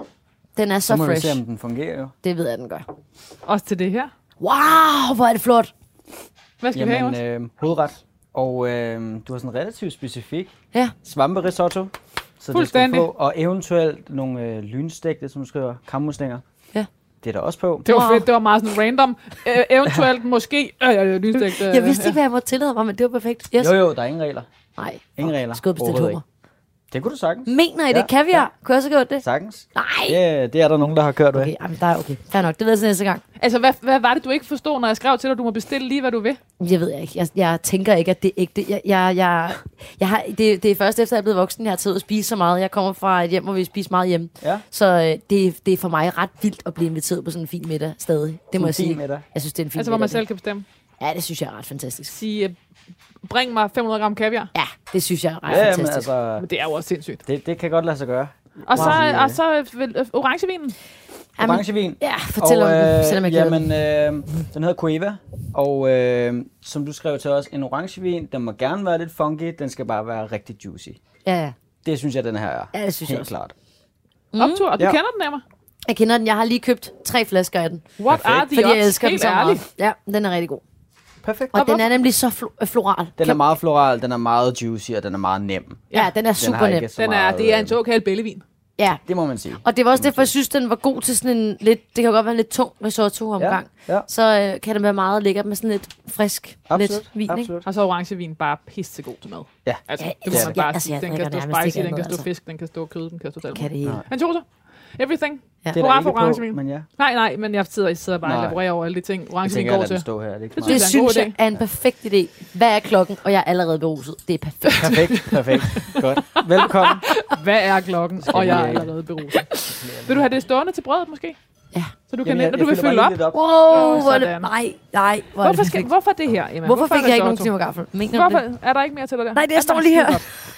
Den er så, Så må vi fresh. se, om den fungerer jo. Det ved jeg, den gør. Også til det her. Wow, hvor er det flot. Hvad skal vi have Jamen, også? øh, hovedret. Og øh, du har sådan relativt specifik Ja. svamperisotto. Så det Fuldstændig. skal du få. Og eventuelt nogle øh, lynstegte, som du skriver, kammuslinger. Ja. Det er der også på. Det var Wow. fedt, det var meget sådan random. Øh, eventuelt, måske, øh, øh, lysdægt. Øh, Jeg vidste ikke, hvad jeg måtte tillade mig, men det var perfekt. Yes. Jo jo, der er ingen regler. Nej. Ingen regler. Skål bestilt Overhovedet hummer. Det kunne du sagtens. Mener I det? Ja, Kaviar? ja. Kunne jeg også have gjort det? Sagtens. Nej. Det, det er der nogen, der har kørt ved. Okay, jamen, der er okay. Fair nok. Det ved jeg til næste gang. Altså, hvad, hvad var det, du ikke forstod, når jeg skrev til dig, du må bestille lige, hvad du vil? Jeg ved ikke. Jeg, jeg tænker ikke, at det er ægte. Jeg, jeg, jeg, jeg har, det, det er først efter, jeg er blevet voksen, jeg har taget at spise så meget. Jeg kommer fra et hjem, hvor vi spiser meget hjemme. Ja. Så øh, det, det er for mig ret vildt at blive inviteret på sådan en fin middag stadig. Det må En jeg fin sige. middag. Jeg synes, det er en fin Altså, hvor man middag. selv kan bestemme. Ja, det synes jeg er ret fantastisk. Sige, øh, bring mig fem hundrede gram kaviar. Ja, det synes jeg er ret Ja, men fantastisk. altså, Men det er jo også sindssygt. det, det kan godt lade sig gøre. Og så, Wow. og så øh, øh, orangevinen. Jamen, Orangevin. ja, fortæl om den, selvom jeg glæder mig. jamen, øh, den hedder Cueva, og øh, som du skrev til os, en orangevin, den må gerne være lidt funky, den skal bare være rigtig juicy. Ja, ja. Det synes jeg, den her er. Ja, det synes jeg Helt også. klart. Mm. Optur, og du Ja. kender den af mig. Jeg kender den. Jeg har lige købt tre flasker af den. What Perfekt. are the Fordi jeg odds? elsker den Helt så ærligt. meget. Ja, den er rigtig god. Perfekt. Og den er nemlig så flo- floral. Den er Kan- meget floral, den er meget juicy, og den er meget nem. Ja, den er Den super har nem. ikke så Den er, meget, det er en øh, såkaldt bællevin. Ja, Det må man sige. og det var også derfor, jeg synes, den var god til sådan en lidt... Det kan jo godt være en lidt tung risotto omgang. Ja, ja. Så øh, kan den være meget lækkert med sådan lidt frisk, Absolut, lidt vin, ikke? absolut. Og så er orangevin bare pissegod til mad. Ja. Altså, Ja, det må elsker- man bare altså, sige. jeg Den drikker kan stå nærmest spicy, ikke den kan andet, stå altså. fisk, den kan stå kød, den kan stå Kan det hele. Nej. Men Tosa, everything. Ja. Det er Du der har ikke for orangevin. på, men ja. Nej, nej, men jeg sidder, jeg sidder bare og Nej. laborerer over alle de ting. Jeg Orangevin tænker, jeg går lader den til. stå her. Det er ikke Det så Det synes jeg er en god synes jeg idé. er en perfekt idé. Hvad er klokken? Og jeg er allerede beruset. Det er perfekt. meget. Perfekt, perfekt. Godt. Velkommen. Hvad er klokken? Og jeg er vi- allerede beruset. Vil du have det stående til brødet måske? Ja. Så du kan Jamen, nemt, når du vil fylder fylde bare op. lige lidt op. Wow, Åh, hvor er det... sådan. Nej, nej, hvor er Hvorfor, det skal, perfekt. hvorfor det her, Emma? Hvorfor fik jeg ikke nogen risotto? kniv og gaffel? Mener du det? Hvorfor? Er der ikke mere til dig der? Nej, det Er står der lige her. skidt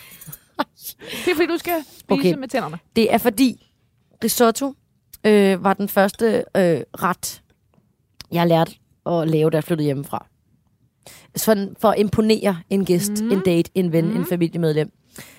op? Det er fordi, du skal spise Okay. med tænderne. Det er fordi risotto øh, var den første øh, ret, jeg lærte at lave, da jeg flyttede hjemmefra. Sådan for at imponere en gæst, mm. en date, en ven, mm. en familiemedlem.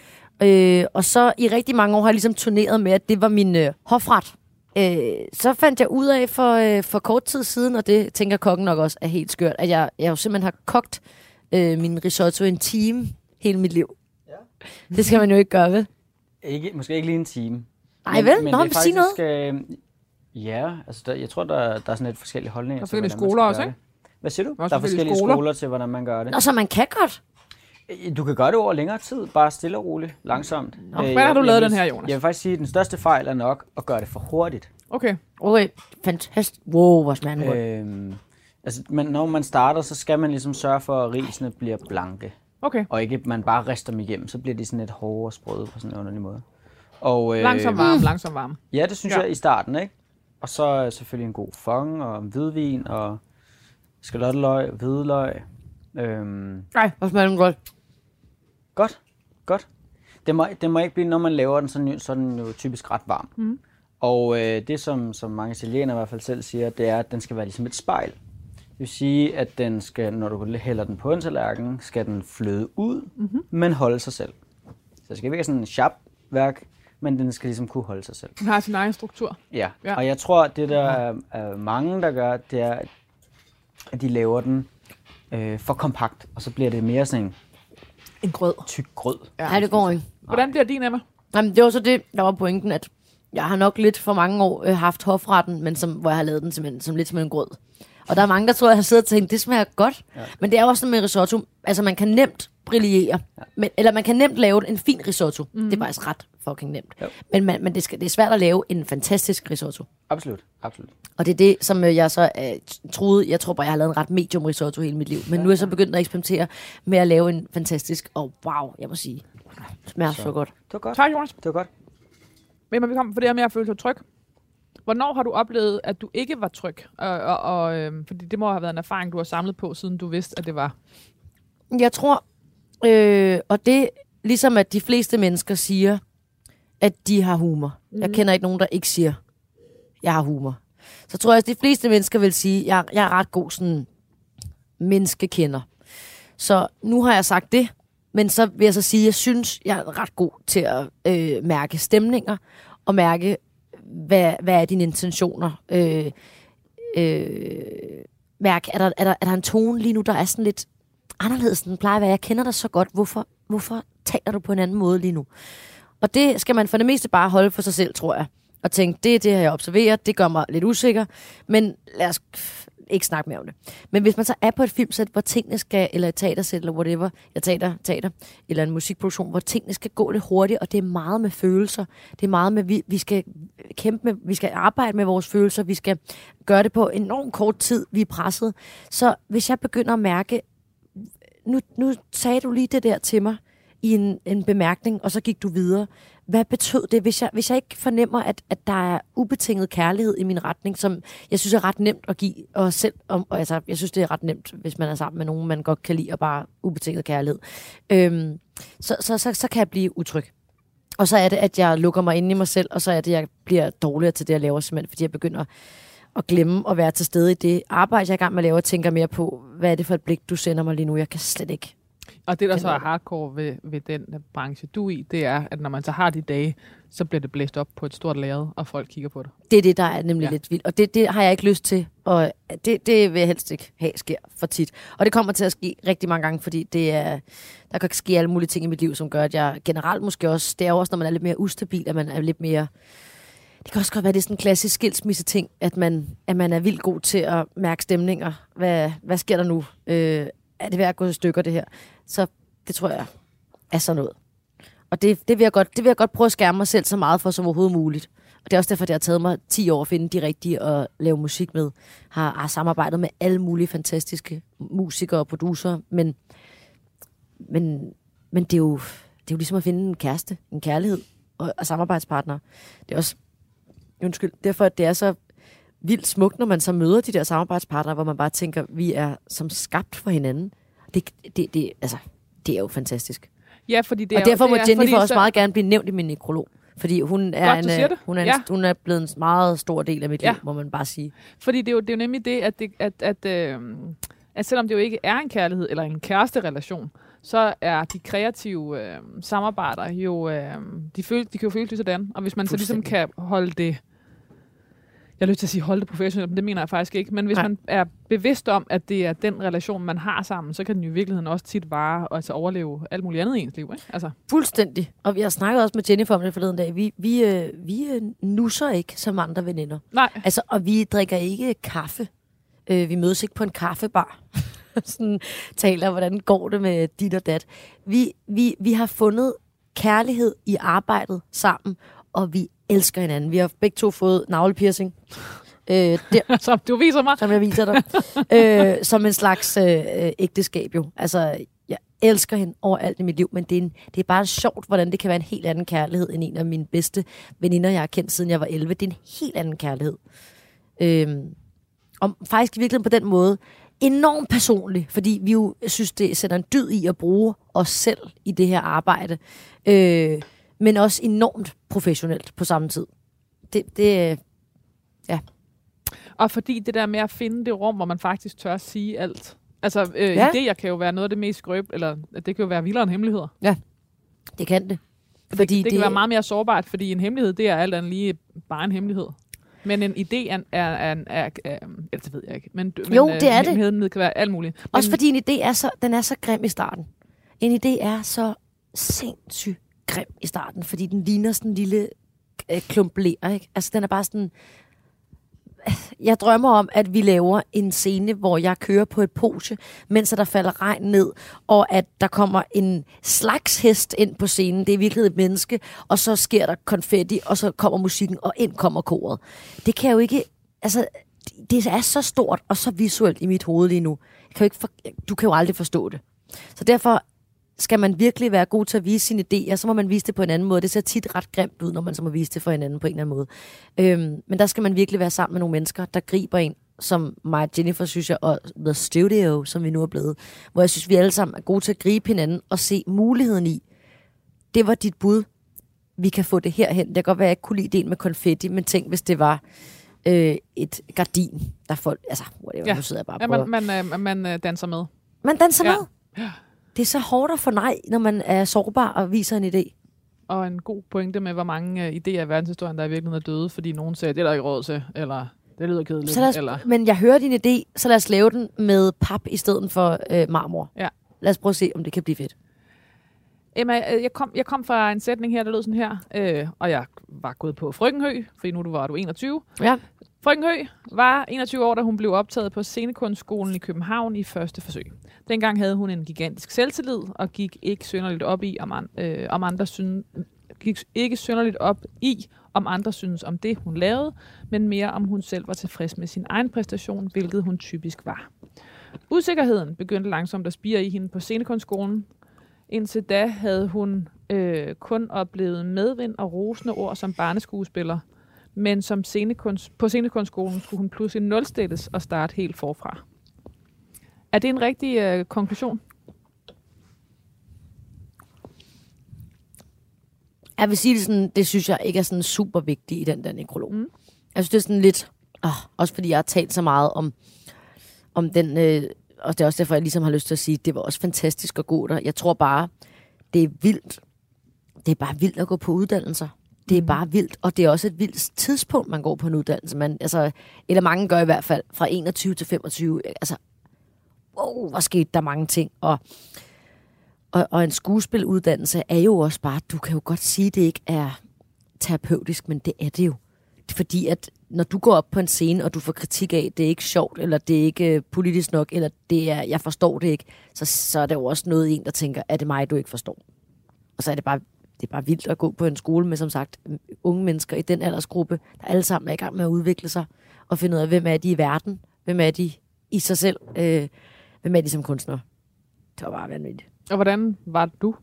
Øh, og så i rigtig mange år har jeg ligesom turneret med, at det var min øh, hofret. Øh, så fandt jeg ud af for, øh, for kort tid siden, og det tænker kokken nok også er helt skørt, at jeg, jeg jo simpelthen har kogt øh, min risotto en time hele mit liv. Ja. Det skal man jo ikke gøre, vel? Ikke, måske ikke lige en time. Ej, vel? Nå, det er sig noget. faktisk, øh, ja, altså der, jeg tror, der, der er sådan lidt forskellige holdninger. Der er til, forskellige hvordan man skoler skal også, gøre ikke? det. Hvad siger du? Der er Der er forskellige forskellige skoler. skoler til, hvordan man gør det. Nå, så man kan godt. Du kan gøre det over længere tid, bare stille og roligt, langsomt. Nå, hvordan har du lavet den her, Jonas? Jeg vil faktisk sige, at den største fejl er nok at gøre det for hurtigt. Okay. Okay, fantastisk. Wow, hvor smager den godt. Øhm, altså, men når man starter, så skal man ligesom sørge for, at risene bliver blanke. Okay. Og ikke man bare rister dem igennem, så bliver de sådan lidt hårde og sprøde på sådan en underlig måde. Og, øh, Langsom varme, langsom varme. Ja, det synes Ja. ja. jeg i starten, ikke? Og så er selvfølgelig en god fong og hvidvin og skalotteløg, hvidløg. Øhm, Nej, hvor smager den godt. godt, godt. Det må, det må ikke blive, når man laver den, sådan, så er den jo typisk ret varm. Mm. Og øh, det, som, som mange italienere i hvert fald selv siger, det er, at den skal være ligesom et spejl. Det vil sige, at den skal, når du hælder den på en tallerken, skal den fløde ud, mm-hmm. men holde sig selv. Så det skal ikke være sådan en sharp værk, men den skal ligesom kunne holde sig selv. Den har sin egen struktur. Ja, Ja. ja. Og jeg tror, at det der er, er mange, der gør, det er, at de laver den øh, for kompakt, og så bliver det mere sådan en En grød. tyk grød. Nej, det går ikke. Hvordan bliver din, Emma? Jamen, det var så det, der var pointen, at jeg har nok lidt for mange år øh, haft hofretten, men som, hvor jeg har lavet den simpelthen, som lidt som en grød. Og der er mange, der tror, jeg har siddet og tænkt, det smager godt. Ja. Men det er også sådan med risotto. Altså, man kan nemt brillere. Ja. Men, eller man kan nemt lave en fin risotto. Mm. Det er faktisk ret fucking nemt. Jo. Men, man, men det, skal, det er svært at lave en fantastisk risotto. Absolut, absolut. Og det er det, som øh, jeg så øh, troede, jeg tror bare, jeg har lavet en ret medium risotto hele mit liv. Men ja, nu er jeg så begyndt at eksperimentere med at lave en fantastisk, og wow, jeg må sige, det smager så, så godt. Det var godt. Tak, Jonas. Det var godt. Emma, vi kommer for det her med at føle sig tryg. Hvornår har du oplevet, at du ikke var tryg? Og, og, og, øh, fordi det må have været en erfaring, du har samlet på, siden du vidste, at det var. Jeg tror, øh, og det ligesom at de fleste mennesker siger, at de har humor. Mm. Jeg kender ikke nogen, der ikke siger, jeg har humor. Så tror jeg, at de fleste mennesker vil sige, at jeg, jeg er ret god sådan menneskekender. Så nu har jeg sagt det, men så vil jeg så sige, at jeg synes, jeg er ret god til at øh, mærke stemninger, og mærke, hvad, hvad er dine intentioner. Øh, øh, mærke, er der, er, der, er der en tone lige nu, der er sådan lidt anderledes, end den plejer at være. Jeg kender dig så godt. Hvorfor, hvorfor taler du på en anden måde lige nu? Og det skal man for det meste bare holde for sig selv, tror jeg. Og tænke, det er det, jeg observerer. Det gør mig lidt usikker. Men lad os ikke snakke mere om det. Men hvis man så er på et filmsæt, hvor tingene skal, eller et teatersæt, eller whatever, jeg teater, teater, eller en musikproduktion, hvor tingene skal gå lidt hurtigt, og det er meget med følelser. Det er meget med, vi, vi skal kæmpe med, vi skal arbejde med vores følelser, vi skal gøre det på enormt kort tid, vi er presset. Så hvis jeg begynder at mærke, nu, nu sagde du lige det der til mig, i en, en bemærkning, og så gik du videre. Hvad betød det, hvis jeg, hvis jeg ikke fornemmer, at, at der er ubetinget kærlighed i min retning, som jeg synes er ret nemt at give os selv om, og altså, jeg synes, det er ret nemt, hvis man er sammen med nogen, man godt kan lide, og bare ubetinget kærlighed. Øhm, så, så, så, så kan jeg blive utryg. Og så er det, at jeg lukker mig inde i mig selv, og så er det, at jeg bliver dårligere til det, jeg laver, simpelthen, fordi jeg begynder at glemme at være til stede i det arbejde, jeg er i gang med at lave, og tænker mere på, hvad er det for et blik, du sender mig lige nu? Jeg kan slet ikke. Og det, der så er hardcore ved, ved den branche, du er i, det er, at når man så har de dage, så bliver det blæst op på et stort lærred, og folk kigger på det. Det er det, der er nemlig ja. lidt vildt. Og det, det har jeg ikke lyst til. Og det, det vil jeg helst ikke have sker for tit. Og det kommer til at ske rigtig mange gange, fordi det er, der kan ske alle mulige ting i mit liv, som gør, at jeg generelt måske også, det er også, når man er lidt mere ustabil, at man er lidt mere... Det kan også godt være, det er sådan en klassisk skilsmisse-ting, at man, at man er vildt god til at mærke stemninger. Hvad, hvad sker der nu? Øh, er det ved at gå i stykker, det her? Så det tror jeg er sådan noget. Og det, det, vil jeg godt, det vil jeg godt prøve at skærme mig selv så meget for som overhovedet muligt. Og det er også derfor, det har taget mig ti år at finde de rigtige at lave musik med. Har, har samarbejdet med alle mulige fantastiske musikere og producer. Men, men, men det, er jo, det er jo ligesom at finde en kæreste, en kærlighed og, og samarbejdspartnere. Det er også, undskyld, derfor at det er så vildt smukt, når man så møder de der samarbejdspartnere, hvor man bare tænker, vi er som skabt for hinanden. Det, det, det, altså, det er jo fantastisk. Ja, fordi det og er derfor jo, må det er, Jennifer fordi også så... meget gerne blive nævnt i min nekrolog. Fordi hun er, Godt, en, hun, er en, ja. hun er blevet en meget stor del af mit ja. liv, må man bare sige. Fordi det er jo, det er jo nemlig det, at, det, at, at, øh, at selvom det jo ikke er en kærlighed eller en kæresterelation, så er de kreative øh, samarbejder jo, øh, de, føl, de kan jo føles lige sådan. Og hvis man så ligesom kan holde det, jeg har lyst til at sige holde det professionelt, men det mener jeg faktisk ikke, men hvis Nej. man er bevidst om, at det er den relation, man har sammen, så kan den jo i virkeligheden også tit vare og altså overleve alt muligt andet i ens liv, ikke? Altså. Fuldstændig. Og vi har snakket også med Jennifer om det forleden dag. Vi, vi, øh, vi øh, nusser ikke som andre veninder. Nej. Altså, og vi drikker ikke kaffe. Øh, vi mødes ikke på en kaffebar. Sådan taler, hvordan går det med dit og dat. Vi, vi, vi har fundet kærlighed i arbejdet sammen, og vi elsker hinanden. Vi har begge to fået navlepiercing. Øh, der, som du viser mig. Som jeg viser dig. øh, som en slags øh, ægteskab jo. Altså, jeg elsker hende overalt i mit liv, men det er, en, det er bare sjovt, hvordan det kan være en helt anden kærlighed end en af mine bedste veninder, jeg har kendt siden jeg var elleve. Det er en helt anden kærlighed. Øh, og faktisk i virkeligheden på den måde enormt personlig, fordi vi jo synes, det sætter en dyd i at bruge os selv i det her arbejde. Øh, men også enormt professionelt på samme tid. Det, det ja. Og fordi det der med at finde det rum, hvor man faktisk tør at sige alt. Altså, øh, ja. idéer kan jo være noget af det mest skrøb, eller det kan jo være vildere end hemmeligheder. Ja, det kan det. Fordi det, det, det kan være meget mere sårbart, fordi en hemmelighed, det er alt andet lige bare en hemmelighed. Men en idé er, er, er, er, er det ved jeg ikke. Men, jo, men, det er hemmeligheden det. kan være alt muligt. Men, også fordi en idé er så, den er så grim i starten. En idé er så sindssygt grim i starten, fordi den ligner sådan en lille øh, klump ler, ikke? Altså, den er bare sådan... Jeg drømmer om, at vi laver en scene, hvor jeg kører på et Porsche, mens der falder regn ned, og at der kommer en slags hest ind på scenen. Det er virkelig et menneske, og så sker der konfetti, og så kommer musikken, og ind kommer koret. Det kan jo ikke... Altså, det er så stort og så visuelt i mit hoved lige nu. Jeg kan jo ikke for, du kan jo aldrig forstå det. Så derfor skal man virkelig være god til at vise sine idéer, så må man vise det på en anden måde. Det ser tit ret grimt ud, når man så må vise det for hinanden på en eller anden måde. Øhm, men der skal man virkelig være sammen med nogle mennesker, der griber en, som mig og Jennifer, synes jeg, og The Studio, som vi nu er blevet, hvor jeg synes, vi alle sammen er gode til at gribe hinanden og se muligheden i. Det var dit bud. Vi kan få det herhen. Det kan godt være, at jeg ikke kunne lide det med konfetti, men tænk, hvis det var øh, et gardin, der folk, altså, whatever, ja. Nu sidder jeg bare ja, på. man, man, øh, man øh, danser med. Man danser ja. med. Ja. Det er så hårdt at få nej, når man er sårbar og viser en idé. Og en god pointe med, hvor mange øh, idéer i verdenshistorien, der i virkeligheden er døde, fordi nogen sagde, det er der ikke råd til, eller det lyder kedeligt. Os, eller... Men jeg hører din idé, så lad os lave den med pap i stedet for øh, marmor. Ja. Lad os prøve at se, om det kan blive fedt. Emma, jeg kom, jeg kom fra en sætning her, der lød sådan her, øh, og jeg var gået på Frøkenhø, fordi nu var du enogtyve. Ja. Frøkenhø var enogtyve år, da hun blev optaget på Scenekunstskolen i København i første forsøg. Dengang havde hun en gigantisk selvtillid og gik ikke synderligt op i, om, an, øh, om andre synes, gik ikke synderligt op i, om andre synes om det, hun lavede, men mere om hun selv var tilfreds med sin egen præstation, hvilket hun typisk var. Usikkerheden begyndte langsomt at spire i hende på Scenekunstskolen. Indtil da havde hun øh, kun oplevet medvind og rosende ord som barneskuespiller, men som scenekunst, på Scenekunstskolen skulle hun pludselig nulstilles og starte helt forfra. Er det en rigtig øh, konklusion? Jeg vil sige det sådan, det synes jeg ikke er sådan super vigtigt i den der nekrolog. Mm. Jeg synes det er sådan lidt, åh, også fordi jeg har talt så meget om, om den, øh, og det er også derfor, jeg ligesom har lyst til at sige, det var også fantastisk at gå der. Jeg tror bare, det er vildt. Det er bare vildt at gå på uddannelser. Det er bare vildt, og det er også et vildt tidspunkt, man går på en uddannelse. Man, altså, eller mange gør i hvert fald, fra enogtyve til femogtyve. Altså, wow, hvor skete der mange ting. Og, og, og en skuespiluddannelse er jo også bare, du kan jo godt sige, at det ikke er terapeutisk, men det er det jo. Det er fordi, at når du går op på en scene, og du får kritik af, det er ikke sjovt, eller det er ikke politisk nok, eller det er, jeg forstår det ikke, så, så er der jo også noget i en, der tænker, er det mig, du ikke forstår? Og så er det bare Det er bare vildt at gå på en skole med, som sagt, unge mennesker i den aldersgruppe, der alle sammen er i gang med at udvikle sig, og finde ud af, hvem er de i verden, hvem er de i sig selv, øh, hvem er de som kunstnere. Det var bare vanvittigt. Og hvordan var du?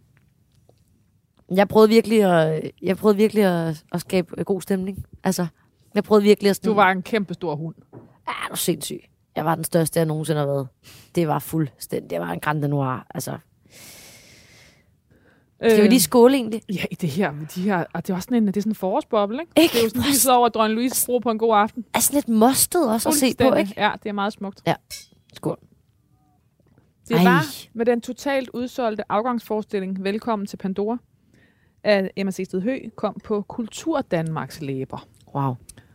Jeg prøvede virkelig at, jeg prøvede virkelig at, at skabe god stemning. Altså, jeg prøvede virkelig at... Du var en kæmpe stor hund. Ja, du er sindssyg. Jeg var den største, jeg nogensinde har været. Det var fuldstændig. Jeg var en Grand Noir, altså... Skal vi lige skåle egentlig? Ja, i det her, de her, og det er også sådan en, det er sådan en forårsboble, ikke? ikke? Det er jo sådan, vi sidder over at Dronning Louise bro på en god aften. Er sådan lidt mostet også at se på, ikke? Ja, det er meget smukt. Ja, skål. Det Ej. var med den totalt udsolgte afgangsforestilling Velkommen til Pandora, at Emma Seested Høegh kom på Kultur Danmarks læber. Wow.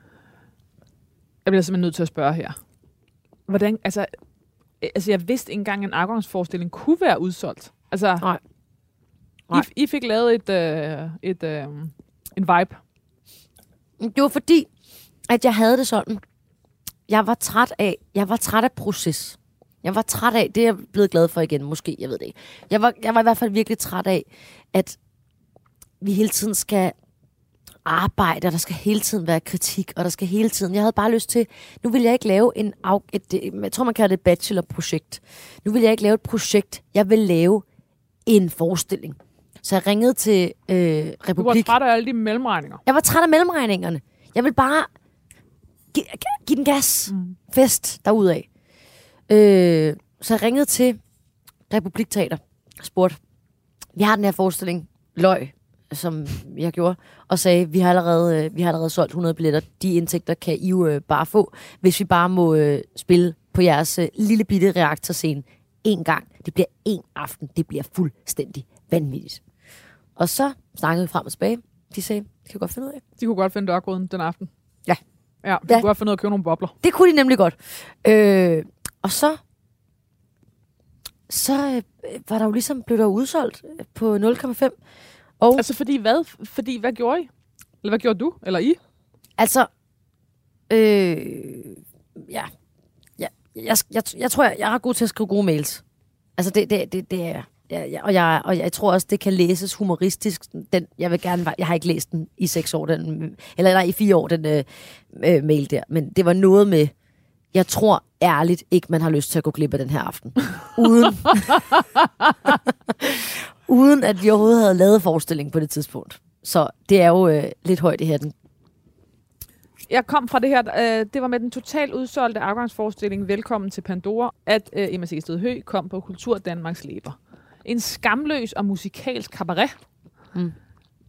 Jeg bliver simpelthen nødt til at spørge her. Hvordan, altså, altså jeg vidste ikke engang, at en afgangsforestilling kunne være udsolgt. Altså, Nej. I, I fik lavet et, øh, et, øh, en vibe. Det var fordi, at jeg havde det sådan. Jeg var træt af, jeg var træt af proces. Jeg var træt af, det er jeg blevet glad for igen, måske, jeg ved det ikke. Jeg var, jeg var i hvert fald virkelig træt af, at vi hele tiden skal arbejde, og der skal hele tiden være kritik, og der skal hele tiden... Jeg havde bare lyst til... Nu vil jeg ikke lave en... Af, et, jeg tror, man kalder det et bachelorprojekt. Nu vil jeg ikke lave et projekt. Jeg vil lave en forestilling. Så jeg ringede til øh, Republik. Du var træt af alle de mellemregninger. Jeg var træt af mellemregningerne. Jeg vil bare give, give den gas. Mm. Fest derudad. Øh, så jeg ringede til Republik Teater og spurgte, vi har den her forestilling, løg, som jeg gjorde, og sagde, vi har allerede, vi har allerede solgt hundrede billetter. De indtægter kan I jo øh, bare få, hvis vi bare må øh, spille på jeres øh, lille bitte reaktorscene en gang. Det bliver en aften. Det bliver fuldstændig vanvittigt. Og så snakkede vi frem og tilbage. De sagde, det kan godt finde ud af. De kunne godt finde dørkoden den aften. Ja. Ja, de ja. kunne godt finde ud af at købe nogle bobler. Det kunne de nemlig godt. Øh, og så, så øh, var der jo ligesom, blev der udsolgt på nul komma fem. Og altså fordi hvad? Fordi hvad gjorde I? Eller hvad gjorde du? Eller I? Altså, øh, ja, ja jeg, jeg, jeg tror, jeg, jeg er god til at skrive gode mails. Altså, det, det, det, det er ja, ja, og, jeg, og jeg tror også, det kan læses humoristisk. Den, jeg vil gerne, jeg har ikke læst den i seks år, den, eller nej, i fire år, den øh, øh, mail der. Men det var noget med, jeg tror ærligt ikke, man har lyst til at gå glip af den her aften. Uden, uden at vi overhovedet havde lavet forestilling på det tidspunkt. Så det er jo øh, lidt højt i hatten. Jeg kom fra det her, øh, det var med den totalt udsolgte afgangsforestilling Velkommen til Pandora, at øh, Emma Seested Høegh kom på Kultur Danmarks læber. En skamløs og musikalsk cabaret. Mm.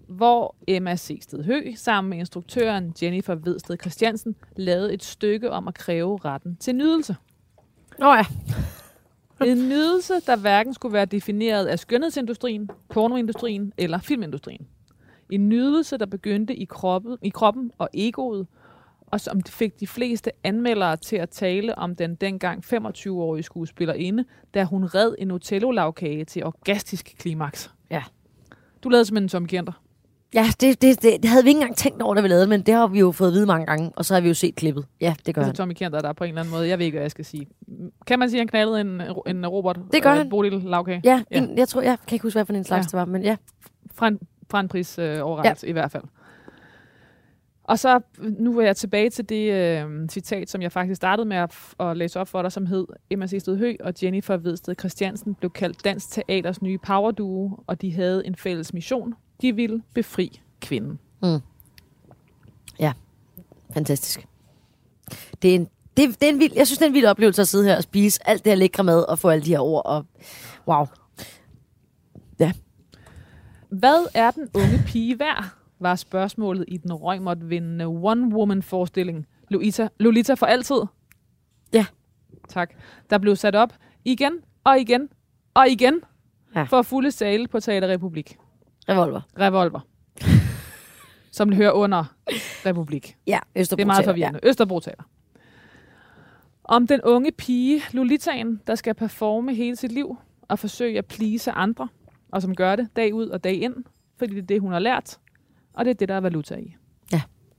hvor Emma Seksted Høgh sammen med instruktøren Jennifer Vedsted Christiansen lavede et stykke om at kræve retten til nydelse. Nå ja. En nydelse, der hverken skulle være defineret af skønhedsindustrien, pornoindustrien eller filmindustrien. En nydelse, der begyndte i kroppen, i kroppen og egoet, og som fik de fleste anmeldere til at tale om den dengang femogtyve-årige skuespillerinde, da hun red en Otello-lavkage til orgastisk klimaks. Ja. Du lavede simpelthen Tommy Kenter. Ja, det, det, det, det havde vi ikke engang tænkt over, da vi lavede, men det har vi jo fået at vide mange gange, og så har vi jo set klippet. Ja, det gør altså han. Tommy Kenter, der er på en eller anden måde, jeg ved ikke, hvad jeg skal sige. Kan man sige, at han knaldede en, en Robert? Det gør øh, han. Bodil lavkage? Ja, ja. En, jeg tror, jeg kan ikke huske, hvad for en slags Ja. det var, men ja. Fra en, fra en pris øh, overrækkelse, ja. I hvert fald. Og så, nu er jeg tilbage til det øh, citat, som jeg faktisk startede med at, f- at læse op for dig, som hed: Emma Seksted Høgh og Jennifer Vedsted Christiansen blev kaldt Dansk Teaters nye powerduo, og de havde en fælles mission. De ville befri kvinden. Mm. Ja, fantastisk. Det er en, det, det er en vild, jeg synes, det er en vild oplevelse at sidde her og spise alt det her lækre mad og få alle de her ord. Og, wow. Ja. Hvad er den unge pige værd, var spørgsmålet i den Reumert-vindende one-woman-forestilling Lolita, Lolita for altid. Ja. Tak. Der blev sat op igen og igen og igen Ja. for fulde sale på Teater Republik. Revolver. Revolver. Som hører under Republik. Ja, Østerbro. Det er meget Teater, forvirrende. Ja. Østerbro Teater. Om den unge pige, Lolitaen, der skal performe hele sit liv og forsøge at please andre, og som gør det dag ud og dag ind, fordi det er det, hun har lært, og det er det, der er valuta i. Ja.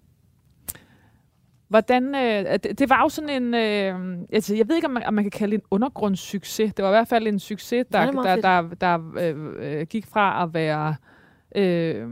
Hvordan, øh, det, det var jo sådan en, øh, altså, jeg ved ikke, om man, om man kan kalde det en undergrundssucces. Det var i hvert fald en succes, der, Ja, det er der, meget der, der øh, øh, gik fra at være øh,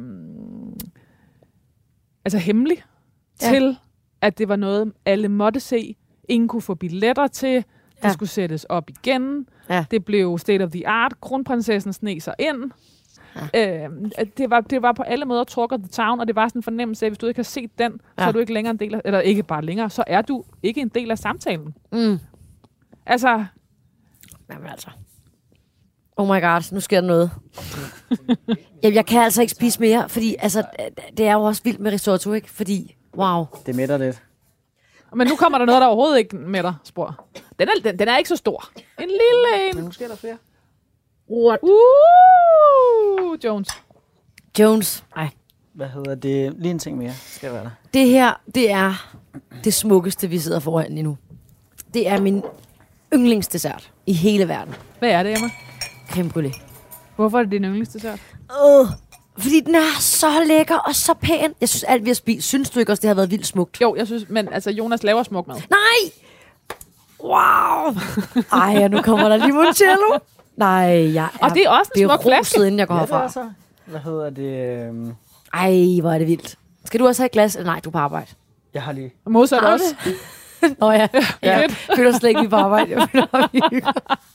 altså hemmelig, Ja. til at det var noget, alle måtte se. Ingen kunne få billetter til. Det Ja. skulle sættes op igen. Ja. Det blev state of the art. Kronprinsessen sneg sig ind. Ja. Øh, det, var, det var på alle måder Talk of the Town, og det var sådan en fornemmelse af, at hvis du ikke har set den, ja. så er du ikke længere en del af, eller ikke bare længere, så er du ikke en del af samtalen. Mm. Altså, Jamen altså. Oh my god, nu sker der noget. Jamen, jeg kan altså ikke spise mere, fordi altså, det er jo også vildt med risotto, ikke? Fordi, wow. Det mætter lidt. men nu kommer der noget, der overhovedet ikke med dig, spor. Den er, den, den er ikke så stor. En lille en. Men nu sker der flere. What? Uh, Jones. Jones. Ej. Hvad hedder det? Lige en ting mere. Skal være der. Det her, det er det smukkeste, vi sidder foran lige nu. Det er min yndlingsdessert i hele verden. Hvad er det, Emma? Creme brûlée. Hvorfor er det din yndlingsdessert? Øh, fordi den er så lækker og så pæn. Jeg synes, alt vi har spist, synes du ikke også, det har været vildt smukt? Jo, jeg synes, men altså, Jonas laver smuk mad. Nej! Wow! Ej, og nu kommer der limoncello. Nej, jeg er Og det er også en smuk flaske. beruset, inden jeg går Ja, det er herfra. så. Hvad hedder det? øhm, Ej, hvor er det vildt. Skal du også have et glas? Nej, du er på arbejde. Jeg har lige... Modsat Har du også. Nå ja, Ja. jeg føler slet ikke, vi er på arbejde. Jeg føler, vi hygger.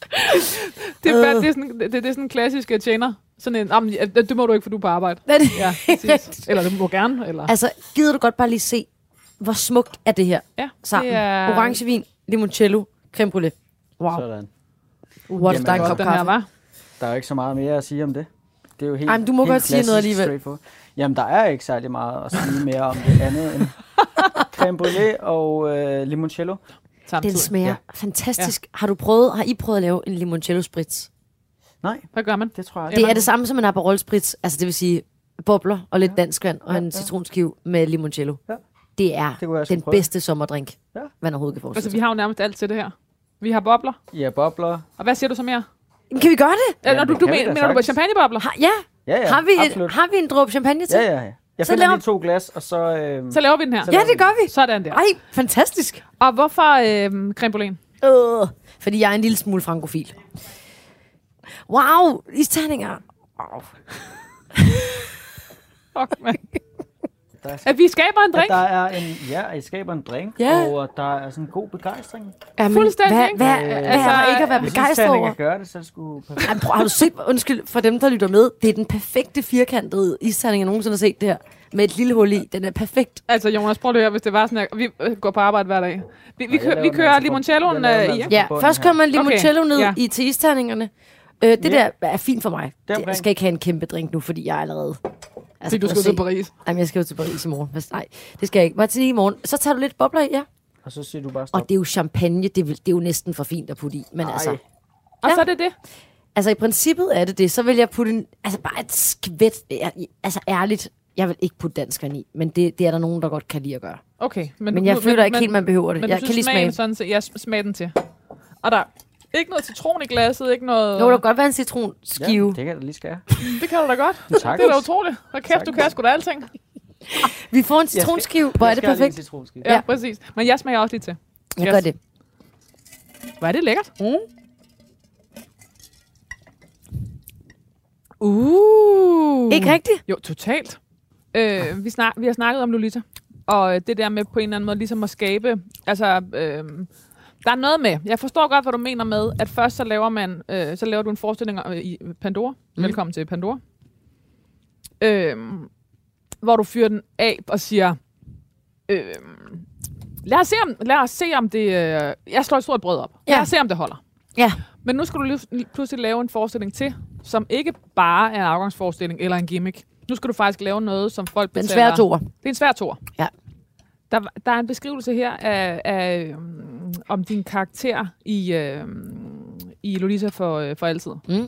Det er, Øh. det er sådan, det, det er sådan en klassisk øh, tjener. Sådan en, jamen, ja, det må du ikke, for du er på arbejde. Men, Ja, præcis. Eller du må gerne. Eller. altså, gider du godt bare lige se, hvor smukt er det her Ja, sammen? det er Orangevin, limoncello, creme brûlée. Wow, Sådan. what Jamen, der er en godt, kop den her, kaffe. var. Der er jo ikke så meget mere at sige om det. Det er jo helt, Ej, men du må helt godt sige noget klassisk alligevel. straightforward. Jamen, der er ikke særlig meget at sige mere om det andet end creme brûlée og øh, limoncello. Samtidig. Den smager Ja. ja. fantastisk. Ja. Har du prøvet, har I prøvet at lave en limoncello spritz? Nej, Hvad gør man? det tror jeg Det ikke. er det samme som en Aperol spritz, altså det vil sige bobler og lidt dansk vand og Ja, en ja. citronskive med limoncello. Ja. Det er Det kunne jeg sgu den prøve. bedste sommerdrink, Ja. man overhovedet kan forestille Altså, sig. vi har jo nærmest alt til det her. Vi har bobler. Ja, bobler. Og hvad siger du så mere? Kan vi gøre det? Ja, Eller, det du, du kan vi men, da mener du på sagtens. champagnebobler? Har, ja. Ja, ja, har, vi absolut. en, har vi en dråbe champagne til? Ja, ja, ja. Jeg Så finder laver- lige to glas, og så... Øh, Så laver vi den her. Så- Ja, det gør vi. Sådan der. Ej, fantastisk. Og hvorfor øh, creme brûlée? Øh, fordi jeg er en lille smule frankofil. Wow, isterninger. Wow. Fuck, man. der er, At vi skaber en at drink? der er en... Ja, I skaber en drink, Ja. og der er sådan en god begejstring. Jamen, Fuldstændig, Hvad, ikke? hvad, Øh, hvad altså, er der ikke at være Hvis begejstret Isterninger over? gør det, så er det sgu perfekt. Ej, prøv, har du set, undskyld for dem, der lytter med, det er den perfekte firkantede isterning, jeg nogensinde har set det her. Med et lille hul i. Den er perfekt. Altså, Jonas, prøv lige at høre, hvis det var sådan her. Vi øh, går på arbejde hver dag. Vi, vi, jeg kører, laver vi den kører altså på- limoncelloen jeg laver den øh, i. altså Ja, bunden først her. kommer man limoncello Okay, ned ja. i til isterningerne. Øh, det Ja. der er fint for mig. Det er Det, jeg skal ikke have en kæmpe drink nu, fordi jeg er allerede Altså, du skal til Paris. Jamen, jeg skal jo til Paris i morgen. Nej, det skal jeg ikke. Bare til i morgen. Så tager du lidt bobler i, ja. Og så siger du bare stop. Og det er jo champagne, det er, det er jo næsten for fint at putte i. Men Ej. altså... Og ja. Så er det det. Altså, i princippet er det det. Så vil jeg putte en... Altså, bare et skvæt... Altså, ærligt, jeg vil ikke putte dansk vand i. Men det, det er der nogen, der godt kan lide at gøre. Okay. Men, men jeg du, føler men, ikke men, helt, man behøver det. Men jeg du kan lige smage sådan, så jeg smager den til. Og der ikke noget citron i glasset, ikke noget... Jo, der kan godt være en citronskive. Ja, det kan du lige skære. Det kan du da godt. Tak. Det er da utroligt. Hvor kæft, du kan sgu da alting. Vi får en citronskive. Hvor er det perfekt? Ja, ja, præcis. Men jeg smager også lige til. Jeg yes. gør det. Hvor er det lækkert. Mm. Uh. Ikke rigtigt? Jo, totalt. Øh, vi, snak, vi har snakket om Lolita. Og det der med på en eller anden måde ligesom at skabe... Altså... Øh, Der er noget med. Jeg forstår godt, hvad du mener med, at først så laver man, øh, så laver du en forestilling i Pandora. Mm. Velkommen til Pandora. Øh, hvor du fyrer den af og siger, øh, lad os se om, lad os se om det, øh, jeg slår et stort brød op. Ja. Lad os se om det holder. Ja. Men nu skal du lige pludselig lave en forestilling til, som ikke bare er en afgangsforestilling eller en gimmick. Nu skal du faktisk lave noget, som folk betaler. Det er en svær toer. Det er en svær toer. Ja. Der, der er en beskrivelse her af, af um, om din karakter i, øh, i Lolita for, øh, for altid. Mm.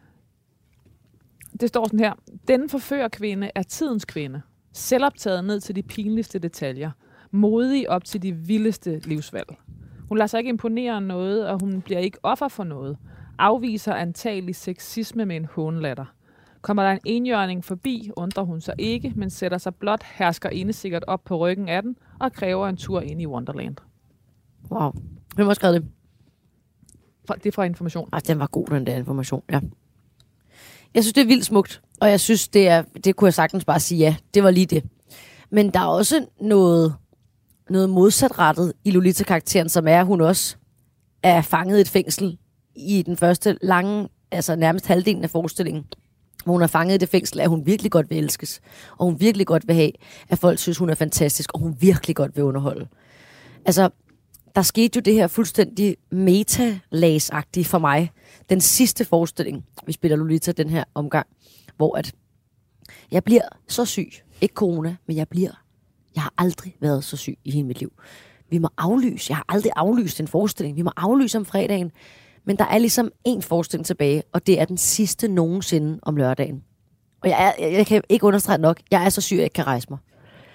Det står sådan her. Denne forførerkvinde er tidens kvinde. Selvoptaget ned til de pinligste detaljer. Modig op til de vildeste livsvalg. Hun lader sig ikke imponere af noget, og hun bliver ikke offer for noget. Afviser antagelig sexisme med en hånlatter. Kommer der en enhjørning forbi, undrer hun sig ikke, men sætter sig blot hersker indesikkert op på ryggen af den, og kræver en tur ind i Wonderland. Wow. Hvem har skrevet det? Fra, det er fra Information. Ej, den var god, den der Information, ja. Jeg synes, det er vildt smukt, og jeg synes, det er, det kunne jeg sagtens bare sige ja, det var lige det. Men der er også noget, noget modsatrettet i Lolita-karakteren, som er, at hun også er fanget i et fængsel i den første lange, altså nærmest halvdelen af forestillingen. Hvor hun er fanget i det fængsel, at hun virkelig godt vil elskes. Og hun virkelig godt vil have, at folk synes, hun er fantastisk. Og hun virkelig godt vil underholde. Altså, der skete jo det her fuldstændig meta-lagsagtige for mig. Den sidste forestilling, vi spiller Lolita den her omgang. Hvor at jeg bliver så syg. Ikke corona, men jeg bliver. Jeg har aldrig været så syg i hele mit liv. Vi må aflyse. Jeg har aldrig aflyst en forestilling. Vi må aflyse om fredagen. Men der er ligesom en forestilling tilbage, og det er den sidste nogensinde om lørdagen. Og jeg, er, jeg, jeg kan ikke understrege nok, jeg er så syg, at jeg ikke kan rejse mig.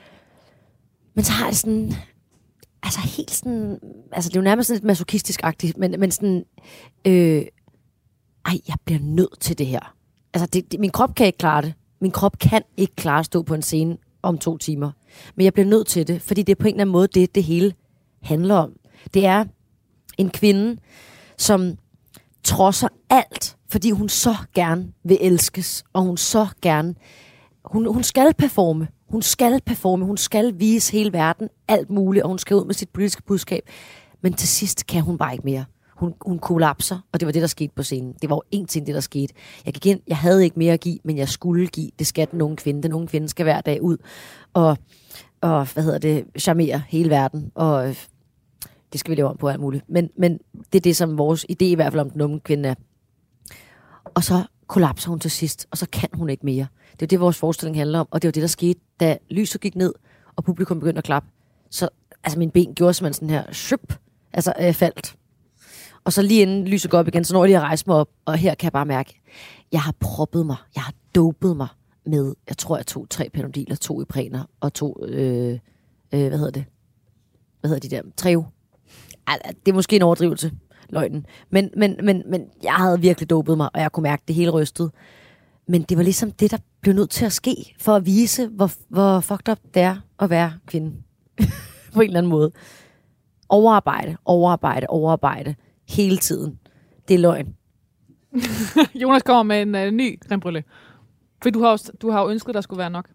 Men så har jeg sådan, altså helt sådan, altså det er jo nærmest sådan lidt masochistisk-agtigt, men, men sådan, øh, ej, jeg bliver nødt til det her. Altså det, det, min krop kan ikke klare det. Min krop kan ikke klare at stå på en scene om to timer. Men jeg bliver nødt til det, fordi det er på en eller anden måde det, det hele handler om. Det er en kvinde, som trodser alt, fordi hun så gerne vil elskes, og hun så gerne, hun, hun skal performe, hun skal performe, hun skal vise hele verden alt muligt, og hun skal ud med sit politiske budskab. Men til sidst kan hun bare ikke mere. Hun, hun kollapser, og det var det, der skete på scenen. Det var jo en ting, det der skete. Jeg, gik ind, jeg havde ikke mere at give, men jeg skulle give. Det skal den unge kvinde. Den unge kvinde skal hver dag ud og, og hvad hedder det, charmere hele verden, og det skal vi lave om på alt muligt. Men, men det er det, som vores idé i hvert fald om den unge kvinde er. Og så kollapser hun til sidst, og så kan hun ikke mere. Det er det, vores forestilling handler om, og det var det, der skete, da lyset gik ned, og publikum begyndte at klappe. Så altså, mine ben gjorde simpelthen sådan her, shup, altså øh, faldt. Og så lige inden lyset går op igen, så når jeg lige at rejse mig op, og her kan jeg bare mærke, jeg har proppet mig, jeg har dopet mig med, jeg tror, jeg tog tre Panodiler, to Ipræner, og to, øh, øh, hvad hedder det? Hvad hedder de der? Treo. Det er måske en overdrivelse, løgnen. Men, men, men, men jeg havde virkelig dopet mig, og jeg kunne mærke, det hele rystede. Men det var ligesom det, der blev nødt til at ske, for at vise, hvor, hvor fucked up det er at være kvinde. På en eller anden måde. Overarbejde, overarbejde, overarbejde. Hele tiden. Det er løgn. Jonas kommer med en uh, ny creme brûlée. For du har, jo, du har jo ønsket, der skulle være nok.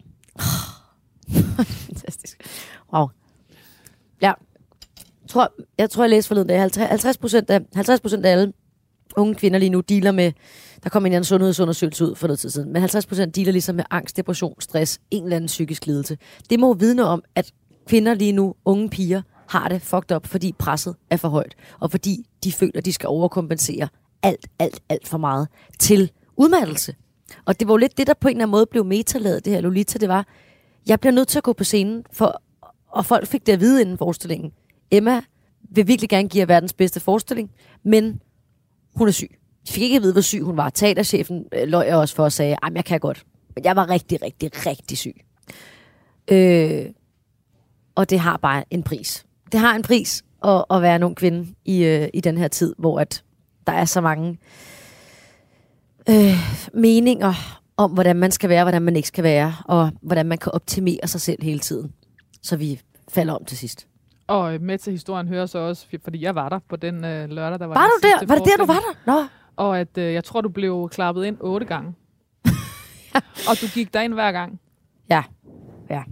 Fantastisk. Wow. Ja. Jeg tror, jeg, tror, jeg læste forleden, at halvtreds procent af, halvtreds procent af alle unge kvinder lige nu dealer med, der kom en anden sundhedsundersøgelse ud for noget tid siden, men halvtreds procent dealer ligesom med angst, depression, stress, en eller anden psykisk lidelse. Det må vidne om, at kvinder lige nu, unge piger, har det fucked up, fordi presset er for højt, og fordi de føler, at de skal overkompensere alt, alt, alt for meget til udmattelse. Og det var jo lidt det, der på en eller anden måde blev metaladet, det her Lolita, det var, jeg bliver nødt til at gå på scenen, for, og folk fik det at vide inden forestillingen. Emma vil virkelig gerne give jer verdens bedste forestilling, men hun er syg. De fik ikke at vide, hvor syg hun var. Teaterchefen øh, løj jeg også for at sige, at jeg kan godt. Men jeg var rigtig, rigtig, rigtig syg. Øh, og det har bare en pris. Det har en pris at, at være en ung kvinde i, øh, i den her tid, hvor at der er så mange øh, meninger om, hvordan man skal være, hvordan man ikke skal være, og hvordan man kan optimere sig selv hele tiden. Så vi falder om til sidst. Og med til historien hører så også, fordi jeg var der på den øh, lørdag, der var Var du der? Var det der, du var der? Nå. Og at øh, jeg tror, du blev klappet ind otte gange. Ja. Og du gik derind hver gang. Ja. Ja.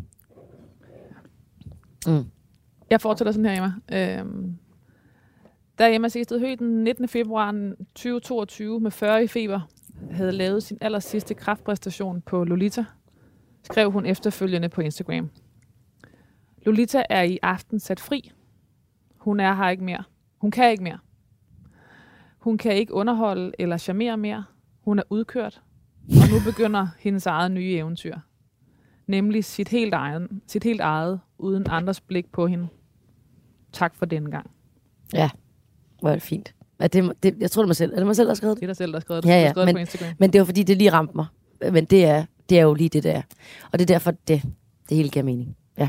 Mm. Jeg fortæller sådan her, Emma. Øhm, da Emma Sehested Høegh den nittende februar tyve toogtyve med fyrre i feber havde lavet sin aller sidste kraftpræstation på Lolita, skrev hun efterfølgende på Instagram. Lolita er i aften sat fri. Hun er her ikke mere. Hun kan ikke mere. Hun kan ikke underholde eller charmere mere. Hun er udkørt. Og nu begynder hendes eget nye eventyr. Nemlig sit helt eget, sit helt eget uden andres blik på hende. Tak for denne gang. Ja, hvor er det fint. Er det, det, jeg tror, det er mig selv. Er det mig selv, der har skrevet det? Det er dig selv, der har skrevet det. Ja, ja, du har skrevet men, det på Instagram. Men det var fordi, det lige ramte mig. Men det er, det er jo lige det, der. Og det er derfor, det, det hele giver mening. Ja.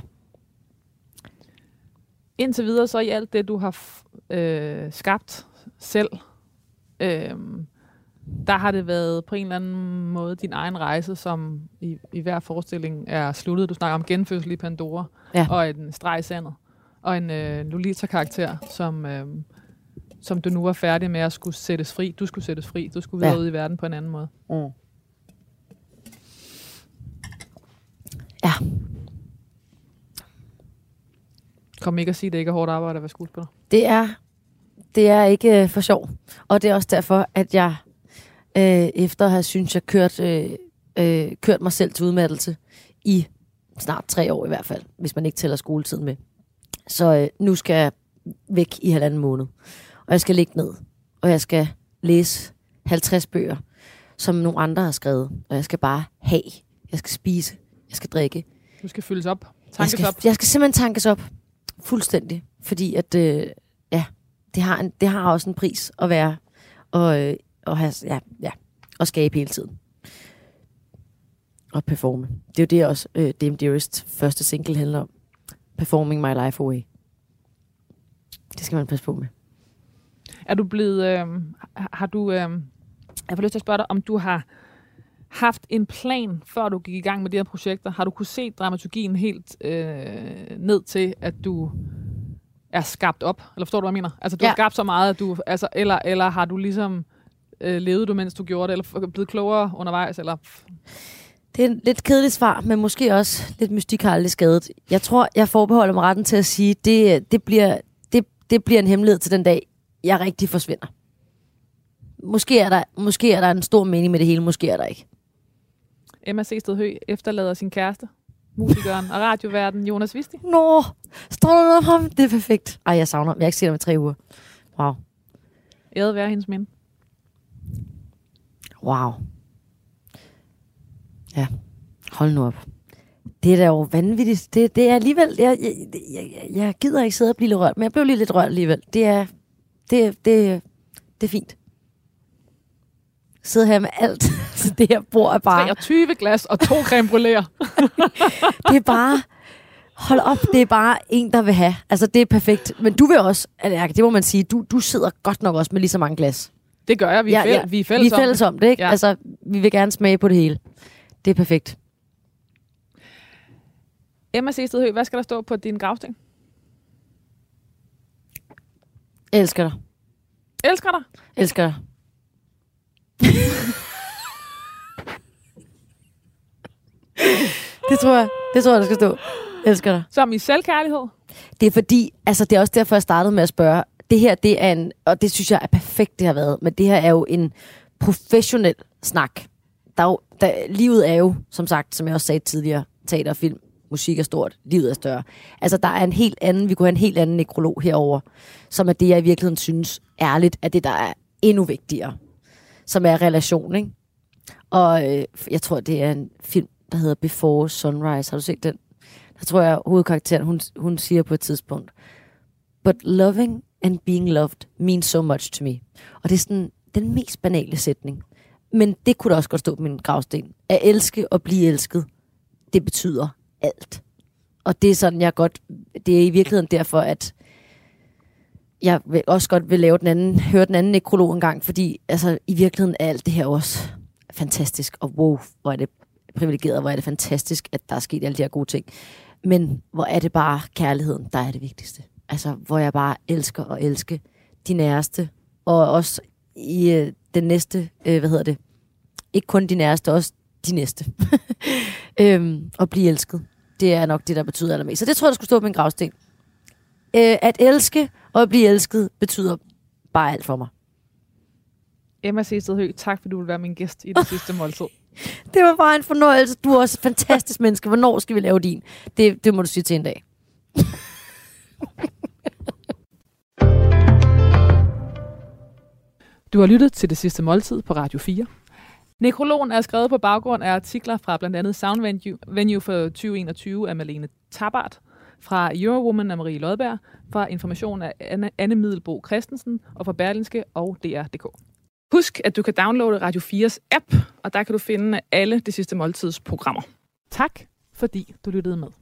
Indtil videre, så i alt det, du har øh, skabt selv, øh, der har det været på en eller anden måde din egen rejse, som i, i hver forestilling er sluttet. Du snakker om genfødsel i Pandora, ja. Og en streg i sandet, og en øh, Lolita-karakter, som, øh, som du nu er færdig med at skulle sættes fri. Du skulle sættes fri. Du skulle videre ja. ud i verden på en anden måde. Mm. Ja. Kom ikke at sige, at det ikke er hårdt arbejde at være skuespiller. Det er, det er ikke for sjov. Og det er også derfor, at jeg øh, efter at have synes jeg kørt, øh, øh, kørt mig selv til udmattelse i snart tre år i hvert fald, hvis man ikke tæller skoletiden med. Så øh, nu skal jeg væk i halvanden måned. Og jeg skal ligge ned. Og jeg skal læse halvtreds bøger, som nogle andre har skrevet. Og jeg skal bare have. Jeg skal spise. Jeg skal drikke. Du skal fyldes op. Tankes jeg skal, op. Jeg skal simpelthen tankes op. Fuldstændig. Fordi at, øh, ja, det har, en, det har også en pris at være, og, øh, og, have, ja, ja, og skabe hele tiden. Og performe. Det er jo det også, øh, Dame Dearest første single handler om. Performing my life away. Det skal man passe på med. Er du blevet, øh, har du, øh, jeg får lyst til at spørge dig, om du har haft en plan, før du gik i gang med de her projekter? Har du kunne se dramaturgien helt øh, ned til, at du er skabt op? Eller forstår du, hvad jeg mener? Altså, du ja. har skabt så meget, at du... Altså, eller, eller har du ligesom øh, levet du, mens du gjorde det? Eller blevet klogere undervejs? Eller... Det er et lidt kedeligt svar, men måske også lidt mystik har aldrig skadet. Jeg tror, jeg forbeholder mig retten til at sige, det, det, bliver, det, det bliver en hemmelighed til den dag, jeg rigtig forsvinder. Måske er der, måske er der en stor mening med det hele, måske er der ikke. Emma Sehested Høegh efterlader sin kæreste, musikeren og radioværten Jonas Visti. Nå, står der noget om ham? Det er perfekt. Ej, jeg savner ham. Jeg har ikke set ham i tre uger. Wow. Æret være hendes minde. Wow. Ja, hold nu op. Det er da jo vanvittigt. Det, det er alligevel... Jeg, jeg, jeg, jeg gider ikke sidde og blive lidt rørt, men jeg blev lige lidt rørt alligevel. Det er, det, det, det er fint. Sidde her med alt. Det her bord er bare... treogtyve glas og to creme brûlée. Det er bare... Hold op, det er bare en, der vil have. Altså, det er perfekt. Men du vil også... Altså, det må man sige. Du, du sidder godt nok også med lige så mange glas. Det gør jeg. Vi er, ja, fæl- ja. vi er fælles, vi er fælles om, om det, ikke? Ja. Altså, vi vil gerne smage på det hele. Det er perfekt. Emma Sehested Høegh, hvad skal der stå på din gravsten? Elsker dig. Elsker dig? Elsker dig. Det tror jeg. Det tror jeg, der skal stå. Elsker dig. Som i selvkærlighed? Det er fordi, altså det er også derfor, jeg startede med at spørge. Det her, det er en, og det synes jeg er perfekt, det har været, men det her er jo en professionel snak. Der er jo, der, livet er jo, som sagt, som jeg også sagde tidligere, teater, film, musik er stort, livet er større. Altså der er en helt anden, vi kunne have en helt anden nekrolog herover, som er det, jeg i virkeligheden synes ærligt, er det, der er endnu vigtigere. Som er relation, ikke? Og øh, jeg tror, det er en film, der hedder Before Sunrise. Har du set den? Der tror jeg, hovedkarakteren, hun, hun siger på et tidspunkt, but loving and being loved means so much to me. Og det er sådan den mest banale sætning. Men det kunne da også godt stå på min gravsten. At elske og blive elsket, det betyder alt. Og det er sådan, jeg godt... Det er i virkeligheden derfor, at jeg vil også godt vil lave den anden, høre den anden nekrolog en gang, fordi altså, i virkeligheden er alt det her også fantastisk. Og wow, hvor er det privilegeret, hvor er det fantastisk, at der er sket alle de her gode ting. Men hvor er det bare kærligheden, der er det vigtigste. Altså, hvor jeg bare elsker og elske de næreste. Og også i øh, den næste, øh, hvad hedder det? Ikke kun de næreste, også de næste. øhm, og blive elsket. Det er nok det, der betyder allermest. Så det tror jeg, der skulle stå på min gravsten. Øh, at elske og at blive elsket betyder bare alt for mig. Emma Sehested Høegh, tak fordi du vil være min gæst i det sidste måltid. Det var bare en fornøjelse. Du er også et fantastisk menneske. Hvornår skal vi lave din? Det, det må du sige til en dag. Du har lyttet til Det Sidste Måltid på Radio fire. Nekrologen er skrevet på baggrund af artikler fra blandt andet Sound Venue, Venue for tyve enogtyve af Malene Tabart, fra Eurowoman af Marie Lodberg, fra Information af Anne, Anne Middelbo Christensen og fra Berlingske og D R punktum d k. Husk, at du kan downloade Radio fires app, og der kan du finde alle Det Sidste Måltids programmer. Tak, fordi du lyttede med.